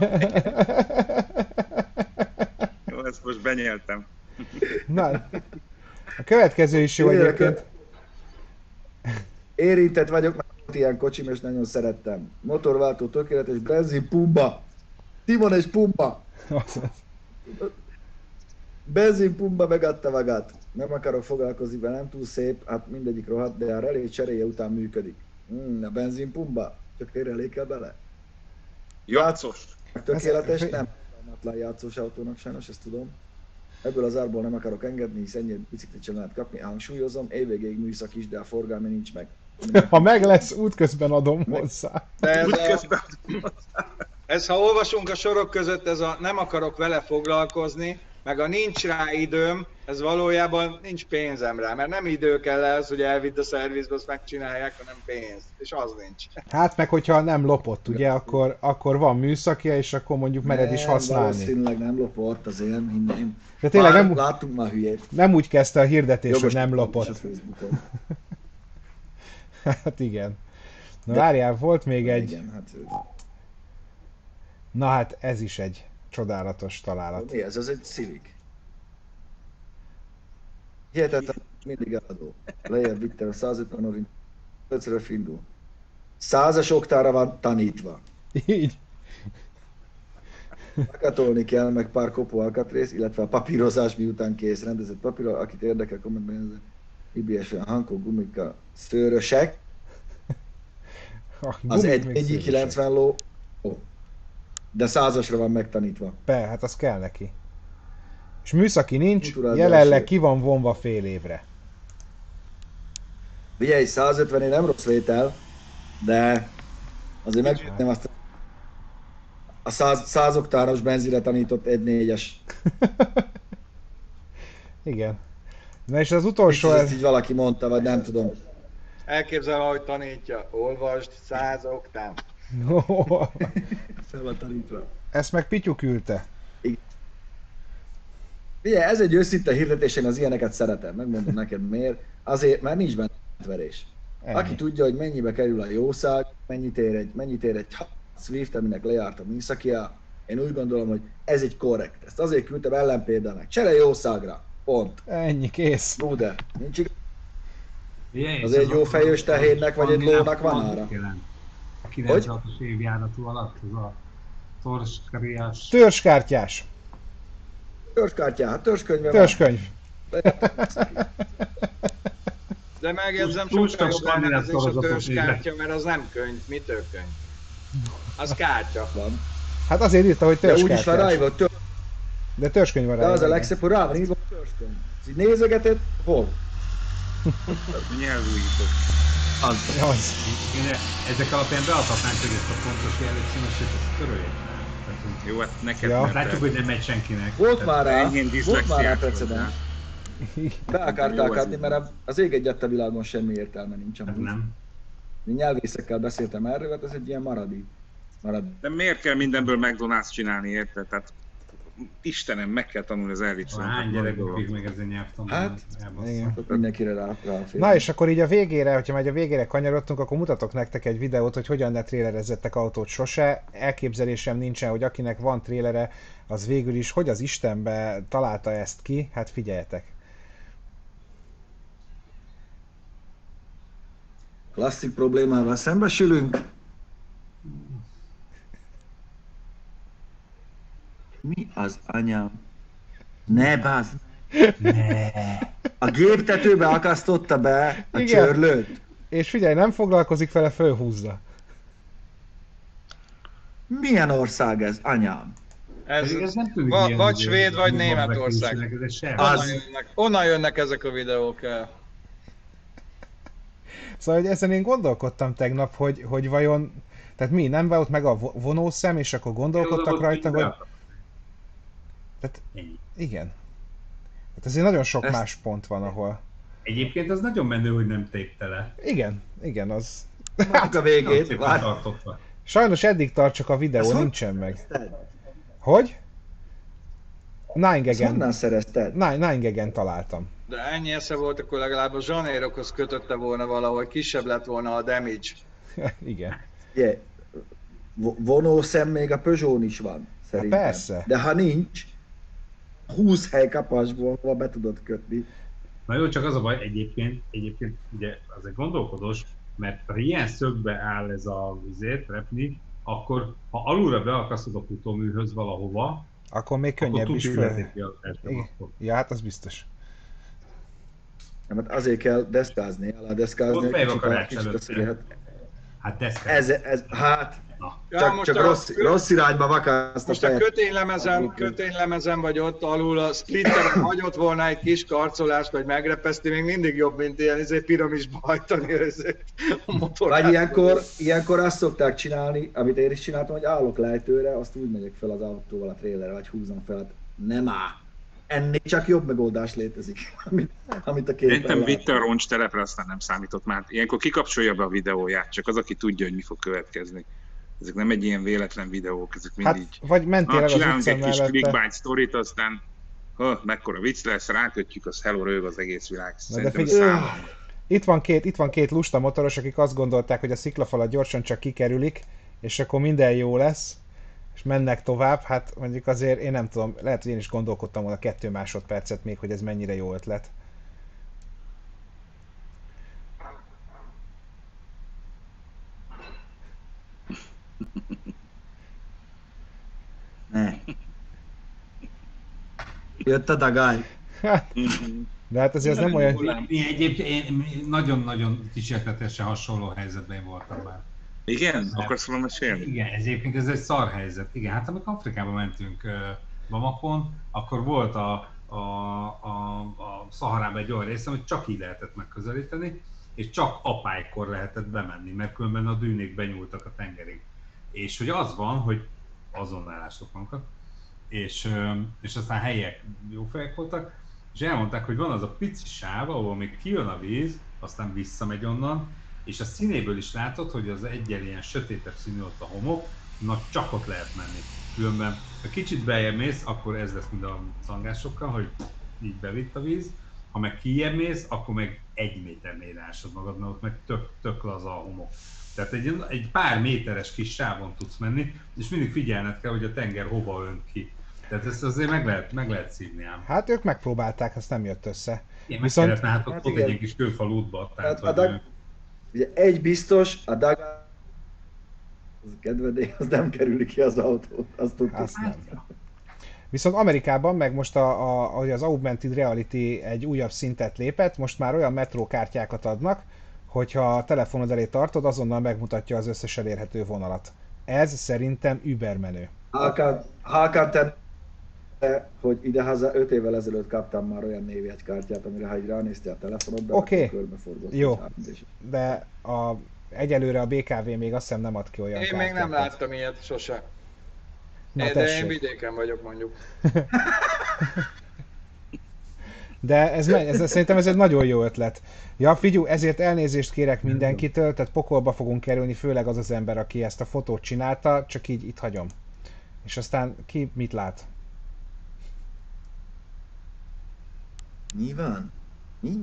Jó, ezt most benyeltem. Na, a következő is jó egyébként. Érintett vagyok, mert volt ilyen kocsim, és nagyon szerettem. Motorváltó tökéletes, benzin, pumba. Timon és pumba. Benzin, pumba, megadta magát. Nem akarok foglalkozni vele, nem túl szép, hát mindegyik rohadt, de a relé cseréje után működik. A benzin, pumba, csak egy relé kell bele. Játszos. Tökéletes, nem almatlan játszós autónak sajnos, ezt tudom. Ebből az árból nem akarok engedni, hisz ennyi biciklit sem lehet kapni. Hangsúlyozom, évvégéig műszak is, de a forgalmi nincs meg. Ha meg lesz, útközben adom hozzá. De Útközben. ez, ha olvasunk a sorok között, ez a nem akarok vele foglalkozni, meg a nincs rá időm, ez valójában nincs pénzem rá, mert nem idő kell ez, hogy elvidd a szervizbe, azt megcsinálják, hanem pénz, és az nincs. Hát meg hogyha nem lopott, ugye, akkor van műszakja, és akkor mondjuk mered is használni. Valószínűleg nem lopott az én hinném. De tényleg Láttunk már hülyét. nem úgy kezdte a hirdetés, hogy Jogos nem is lopott. a Facebookon. Hát igen. Na várjál, volt még egy... Igen, hát... Na hát ez is egy csodálatos találat. Mi ez? Ez egy Civic. Hihetetlen, mindig eladó. Lejjebb vittem a 150 orint, 5-szörre indul. 100-as oktára van tanítva. Így. Akatolni kell, meg pár kopó alkatrész, illetve a papírozás miután kész. Rendezett papírral, akit érdekel, kommentben jelző. IBS-en hankó, gumika, szőrösek. Az egy 90 ló. De 100-asra van megtanítva. Hát az kell neki. És műszaki nincs, Kulturális jelenleg belső. ki van vonva fél évre. Figyelj, 150 nem rossz vétel, de azért megvédném azt a 100 oktáros benzinre tanított 1.4-es. Igen. Na és az utolsó... Ezt így valaki mondta, vagy nem tudom. Elképzelem, ahogy tanítja, olvasd, 100 oktán. Fel van tanítva. Ezt meg Pityu küldte. Figyelj, ez egy őszinte hirdetés, én az ilyeneket szeretem, megmondom neked miért. Azért, mert nincs benne átverés. Ennyi. Aki tudja, hogy mennyibe kerül a jószág, mennyit ér egy Swift, aminek lejárt a műszakia, én úgy gondolom, hogy ez egy korrekt. Ezt azért küldtem ellenpéldának. Csere jószágra. Pont. Ennyi, kész. Búde. Nincs igaz. Ugye, Az egy jó fejős tehénnek, vagy egy lónak van ára? A 96-os évjáratú alatt az a torskariás. Törzskártyás. Törzskártya, hát törzskönyve van. Törzskönyv. De megjegyzem, Túl sokkal sok jobban skandináv ez is a sorozatot törzskártya, mert az nem könyv, mitől könyv? Az kártya. Van. Hát azért írta, hogy De úgyis van törzskártyás. ráírva, De törzskönyv van de az a ráírva. legszebb, hogy rá van írva a törzskönyv. Így nézegeted, hol? Nyelvújító. Az. Az. Ezek alapján beadhatnánk, hogy ezt a fontos jellegszínesét, ezt töröljék. Jó, hát neked Ja. nem Látjuk, hogy nem megy senkinek. Volt már rá, Enyhén volt már rá diszlexiás precedens. Be akarták Jó, ez adni, mert az ég egyet a világon semmi értelme nincs. Hát amúgy. nem. Én nyelvészekkel beszéltem erről, hát ez egy ilyen maradi. De miért kell mindenből McDonald's csinálni, érted? Tehát Istenem, meg kell tanulni az elviccet. Hány gyerek bukik meg ezen nyelvtanulni? Hát, igen. Ott mindenkire ráfér. Na és akkor így a végére, hogyha majd a végére kanyarodtunk, akkor mutatok nektek egy videót, hogy hogyan ne trélerezzettek autót sose. Elképzelésem nincsen, hogy akinek van trélere, az végül is hogy az Istenbe találta ezt ki, hát figyeljetek. Klasszik problémával szembesülünk. Mi az anyám? Ne bázd! Ne! A géptetőbe akasztotta be a Igen. csörlőt. És figyelj, nem foglalkozik vele, fölhúzza. Milyen ország ez, anyám? Pedig ez nem tűnik ilyen, vagy hogy Svéd, vagy jobban Németország. bekészülnek, ez se. Onnan jönnek ezek a videók el. Szóval hogy ezen én gondolkodtam tegnap, hogy vajon, tehát mi, nem volt meg a vonószem, és akkor gondolkodtak rajta, hogy... Tehát, Ennyi. igen. Hát azért nagyon sok Ezt- más pont van, ahol... Egyébként az nagyon menő, hogy nem tépte le. Igen, az... Várjuk a végét. Szépen Várj. tartotta. Sajnos eddig tart csak a videó, Ezt hogy nincsen meg. szerezted? Hogy? Nine Ezt honnan Gag-en, szerezted? Nine Gag-en találtam. De ennyi esze volt, akkor legalább a zsanérokhoz kötötte volna valahogy, kisebb lett volna a damage. Igen. Ugye, vonószem még a Peugeot-n is van, szerintem. persze. De ha nincs, 20 hely kapásból be tudod kötni. Na jó, csak az a baj, egyébként ugye az egy gondolkodós, mert ha ilyen szögbe áll ez a repni, akkor ha alulra beakasztod a futóműhöz valahova, Akkor még akkor könnyebb is tudja föl. illetéki az első Igen. maszkot. Ja, hát az biztos. Nem, hát azért kell deszkázni, aládeszkázni, Ott hogy fejvakarás kicsit előtt. összegehet. Hát deszka. Hát, Na. Ja, csak rossz irányba vakázta Most a köténylemezen vagy ott alul a splitteren hagyott volna egy kis karcolást, vagy megrepeszti, még mindig jobb, mint ilyen piramisba hajtani a motorát. Vagy ilyenkor azt szokták csinálni, amit én is csináltam, hogy állok lejtőre, azt úgy megyek fel az autóval a trailerre, vagy húzom fel, hát nem áll. Ennél csak jobb megoldás létezik, amit a képen Szerintem lát. vitte a roncs telepre, aztán nem számított már. Ilyenkor kikapcsolja be a videóját, csak az, aki tudja, hogy mi fog következni. Ezek nem egy ilyen véletlen videók, ezek Hát, mindig. vagy mentél el az Csinálunk utcán egy kis mellette. clickbait sztorit, aztán mekkora vicc lesz, rákötjük, az hello rög az egész világ. Szerintem ez figyelj- számom. Itt van két lusta motoros, akik azt gondolták, hogy a sziklafalat gyorsan csak kikerülik, és akkor minden jó lesz, és mennek tovább. Hát mondjuk azért én nem tudom, lehet, hogy én is gondolkodtam volna 2 másodpercet még, hogy ez mennyire jó ötlet. Ne. Jött a dagály. De hát azért ez nem olyan... Mi egyébként én nagyon-nagyon kísérletesen hasonló helyzetben voltam már. Igen? Akarsz volna mesélni? Igen, egyébként ez egy szar helyzet. Igen, hát amikor Afrikába mentünk Bamakon, akkor volt a Szaharában egy olyan része, hogy csak így lehetett megközelíteni, és csak apálykor lehetett bemenni, mert különben a dűnék benyúltak a tengerig. És hogy az van, hogy azonnal elástok magukat, és aztán helyek jó fejek voltak, és elmondták, hogy van az a pici sáv, ahol még kijön a víz, aztán visszamegy onnan, és a színéből is látod, hogy az egyel ilyen sötétebb színű ott a homok, na csak ott lehet menni. Különben, ha kicsit beljebb mész, akkor ez lesz, mint a szangásokkal, hogy így bevitt a víz, ha meg kijebb mész, akkor meg 1 méter mélyre ásod magad, mert ott meg tök laza a homok. Tehát egy pár méteres kis sávon tudsz menni, és mindig figyelned kell, hogy a tenger hova ön ki. Tehát ezt azért meg lehet szívni ám. Hát ők megpróbálták, azt nem jött össze. Én Viszont- meg kellett, hát ott igen. egy ilyen kis kőfalú útba, tehát Hát a hogy Ugye egy biztos, a dagály az kedvedély, az nem kerüli ki az autót, azt tudtuk. Azt nem. Viszont Amerikában meg most az Augmented Reality egy újabb szintet lépett, most már olyan metrókártyákat adnak, hogyha a telefonod elé tartod, azonnal megmutatja az összes elérhető vonalat. Ez szerintem übermenő. Hákán te, hogy idehaza 5 évvel ezelőtt kaptam már olyan névjegykártyát, amire ha így ránéztél a telefonodra, Oké. akkor körbeforgott. Jó. De egyelőre a BKV még azt hiszem nem ad ki olyan Én még kártyákat. nem láttam ilyet sose. Na, De én tessék. vidéken vagyok mondjuk. De ez szerintem ez egy nagyon jó ötlet. Ja, figyelj, ezért elnézést kérek mindenkitől, tehát pokolba fogunk kerülni, főleg az az ember, aki ezt a fotót csinálta, csak így itt hagyom. És aztán ki mit lát? Mi van? Mi?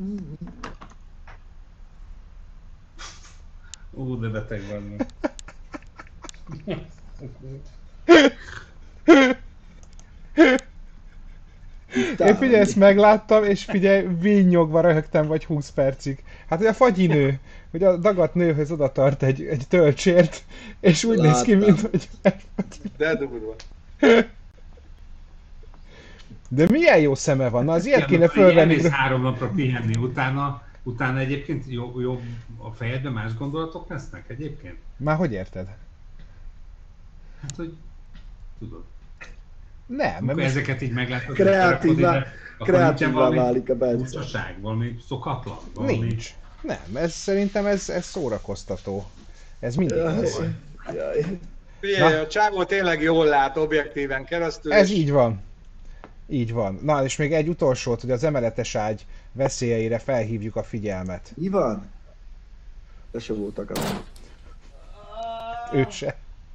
de beteg van. Én figyelj, ezt megláttam, és figyelj, vinnyogva röhögtem vagy 20 percig. Hát hogy a fagyinő, hogy a dagadt nőhöz oda tart egy töltsért, és úgy néz ki, mint hogy... De durva. De milyen jó szeme van, na az ilyet kéne Amikor így fölvenni. elmész 3 napra pihenni, utána egyébként jó a fejedben más gondolatok lesznek egyébként? Már hogy érted? Hát, hogy tudod. Nem, Amikor most ezeket így meglátod, Kreatívvá válik a Bence. furcsaság, valami szokatlan, valami... nincs. Nem, szerintem ez szórakoztató. Ez mindig az. Jaj. Figyelj, a csávó tényleg jól lát objektíven keresztül. Ez és így van. Így van. Na, és még egy utolsót, hogy az emeletes ágy veszélyeire felhívjuk a figyelmet. Mi van? De se voltak azok. Őt se.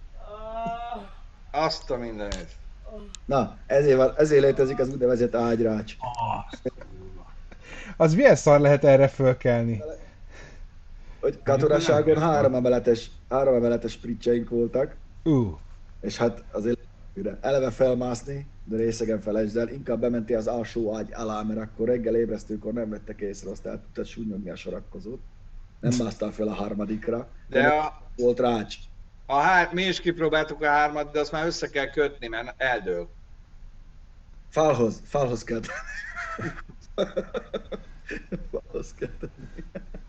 Azt a mindenit. Na, ezért létezik az úgynevezett ágyrács. Az milyen szar lehet erre fölkelni? Hogy katonaságon három emeletes spricseink voltak, és hát azért eleve felmászni, de részegen felejtsd el, inkább bementél az alsó ágy alá, mert akkor reggel ébresztőkor nem vettek észre, aztán tudtad súnyogni a sorakozót. Nem másztál fel a harmadikra, de volt rács. Mi is kipróbáltuk a hármat, de azt már össze kell kötni, mert eldől. Falhoz kell tenni. Falhoz kell tenni.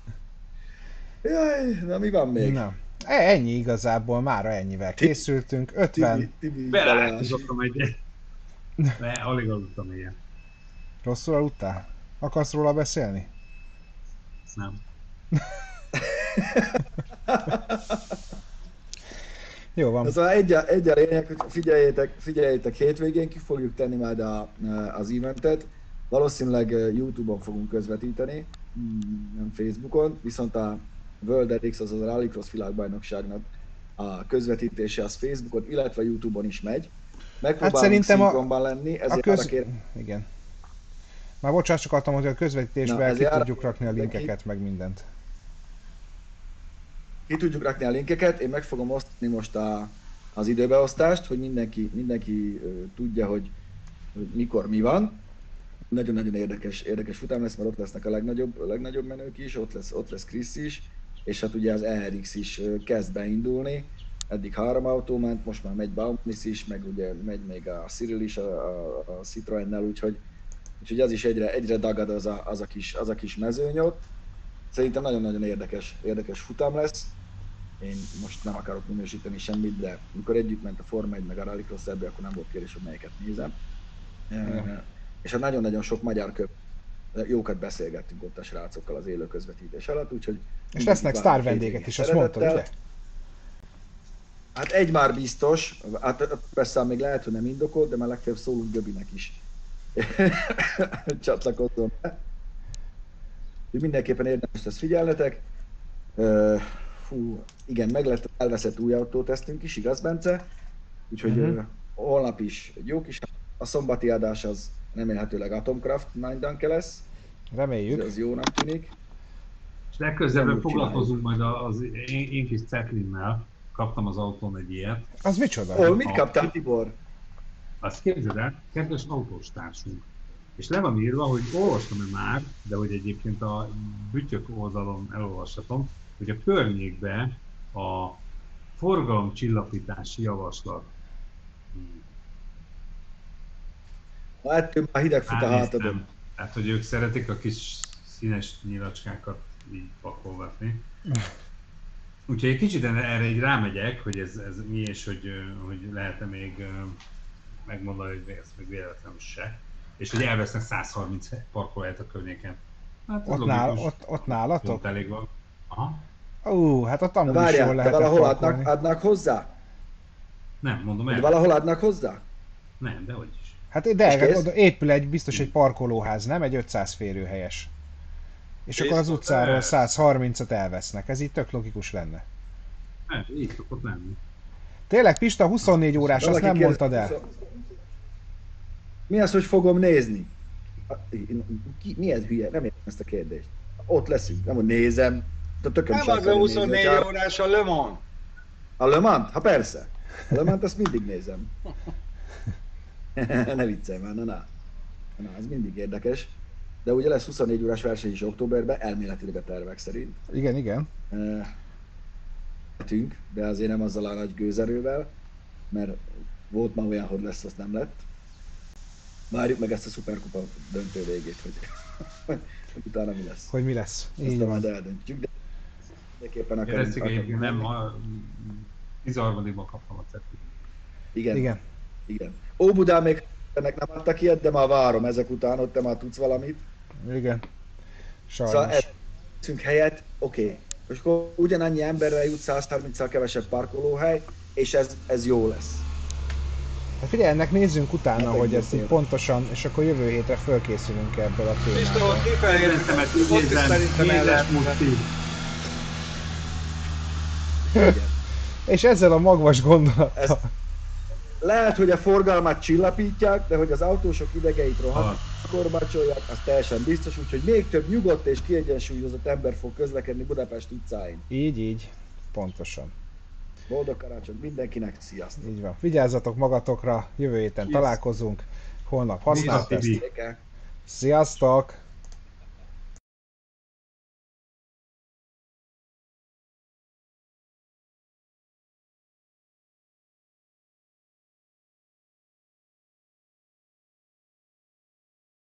Jaj, na mi van még? Na, ennyi igazából, mára ennyivel készültünk. 50. Belátozottam egyet. Alig aludtam ilyen. Rosszul aludtál? Akarsz róla beszélni? Nem. Jó van. Szóval egy a lényeg, hogy figyeljétek, hétvégén ki fogjuk tenni majd az eventet. Valószínűleg YouTube-on fogunk közvetíteni, nem Facebookon, viszont a World RX, azaz a Rallycross világbajnokságnak a közvetítése az Facebookon, illetve YouTube-on is megy. Megpróbálunk szinkronban lenni, ezért Igen. Már bocsánat, csak adtam, hogy a közvetítésben ki tudjuk rakni a linkeket, meg mindent. Ki tudjuk rakni a linkeket, én meg fogom osztani most az időbeosztást, hogy mindenki tudja, hogy mikor mi van. Nagyon-nagyon érdekes futám lesz, mert ott lesznek a legnagyobb menők is, ott lesz Chris is, és hát ugye az ERX is kezd beindulni. Eddig 3 autó ment, most már megy Baumanis is, meg ugye megy még a Cyril is a Citroennel, úgyhogy az is egyre dagad az a kis mezőny ott. Szerintem nagyon-nagyon érdekes futam lesz. Én most nem akarok minősíteni semmit, de amikor együtt ment a Forma 1 meg a Rallycross ebből, akkor nem volt kérdés, hogy melyiket nézem. És hát nagyon-nagyon sok magyar jókat beszélgettünk ott a srácokkal az élő közvetítés alatt, úgyhogy... És lesznek sztár vendégek is, azt mondtad, ugye? Hát egy már biztos, hát persze még lehet, hogy nem indokolt, de már legfeljebb szólunk Göbinek is. Csatlakozzon be. Mindenképpen érdemes lesz figyelnetek. Igen, elveszett új autótesztünk is, igaz, Bence? Úgyhogy holnap is egy jó kis... A szombati adás az remélhetőleg Atomkraft 9 Danke lesz. Reméljük. Ez jónak tűnik. És legközelebb foglalkozunk majd az én kis Zeppelinnel. Kaptam az autón egy ilyet. Az micsoda? Mit kaptál, Tibor? Azt képzeld el, kedves autós társunk. És le van írva, hogy olvastam-e már, de hogy egyébként a Bütyök oldalon elolvashatom, hogy a környékbe a forgalomcsillapítási javaslat. Ettől már hideg fut a hátadon. Hát, hogy ők szeretik a kis színes nyilacskákat így pakolgatni. Úgyhogy egy kicsit erre így rámegyek, hogy ez mi, és hogy lehet-e még megmondani, hogy ez még véletlenül se. És hogy elvesznek 130 parkolóhelyet a környéken. Hát ott nálatok? Pont elég van. Aha. Hát ott amúgy is jól lehet valahol parkolni. adnak hozzá? Nem, mondom el. De valahol adnak hozzá? Nem, de hogy is. Hát de oda épül biztos egy parkolóház, nem? Egy 500 férőhelyes. És akkor az utcáról 130-at elvesznek. Ez így tök logikus lenne. Hát, így szokott lenni. Tényleg, Pista, 24 órás, azt nem mondtad el. Mi az, hogy fogom nézni? Mi ez hülye? Nem értem ezt a kérdést. Ott leszünk, nem hogy nézem. Nem az a 24 órás, a Le Mans. A Le Mans? Ha persze. A Le Mans azt mindig nézem. Ne viccelj már, na, ez mindig érdekes. De ugye lesz 24 órás verseny is októberben, elméletileg a tervek szerint. Igen. De azért nem azzal a nagy gőzerővel, mert volt már olyan, hogy lesz, azt nem lett. Várjuk meg ezt a szuperkupa döntő végét, hogy utána mi lesz. Hogy mi lesz. Így van. Majd eldöntjük, de mindenképpen akarunk. Nem, a 13-ban kaptam a cetlit. Igen. Igen. Óbudán még ennek nem adtak ilyet, de már várom ezek után, ott te már tudsz valamit. Igen. Szóval Sajnos. veszünk helyet, oké. Most akkor ugyanannyi emberrel jut 130-szal kevesebb parkolóhely, és ez jó lesz. Hát figyelj, ennek nézzünk utána, Hát, hogy egy ez így jó. pontosan, és akkor jövő hétre fölkészülünk ebből a Pista, témából. ott kifelé, Szerintem ott is szerintem el lesz. És ezzel a magvas gondolattal. Ez- Lehet, hogy a forgalmat csillapítják, de hogy az autósok idegeit rohadt korbácsolják, az teljesen biztos, úgyhogy még több nyugodt és kiegyensúlyozott ember fog közlekedni Budapest utcáin. Így, pontosan. Boldog karácsonyt mindenkinek, sziasztok! Így van. Vigyázzatok magatokra, jövő héten találkozunk, holnap használtest. Tibi. Éke. Sziasztok!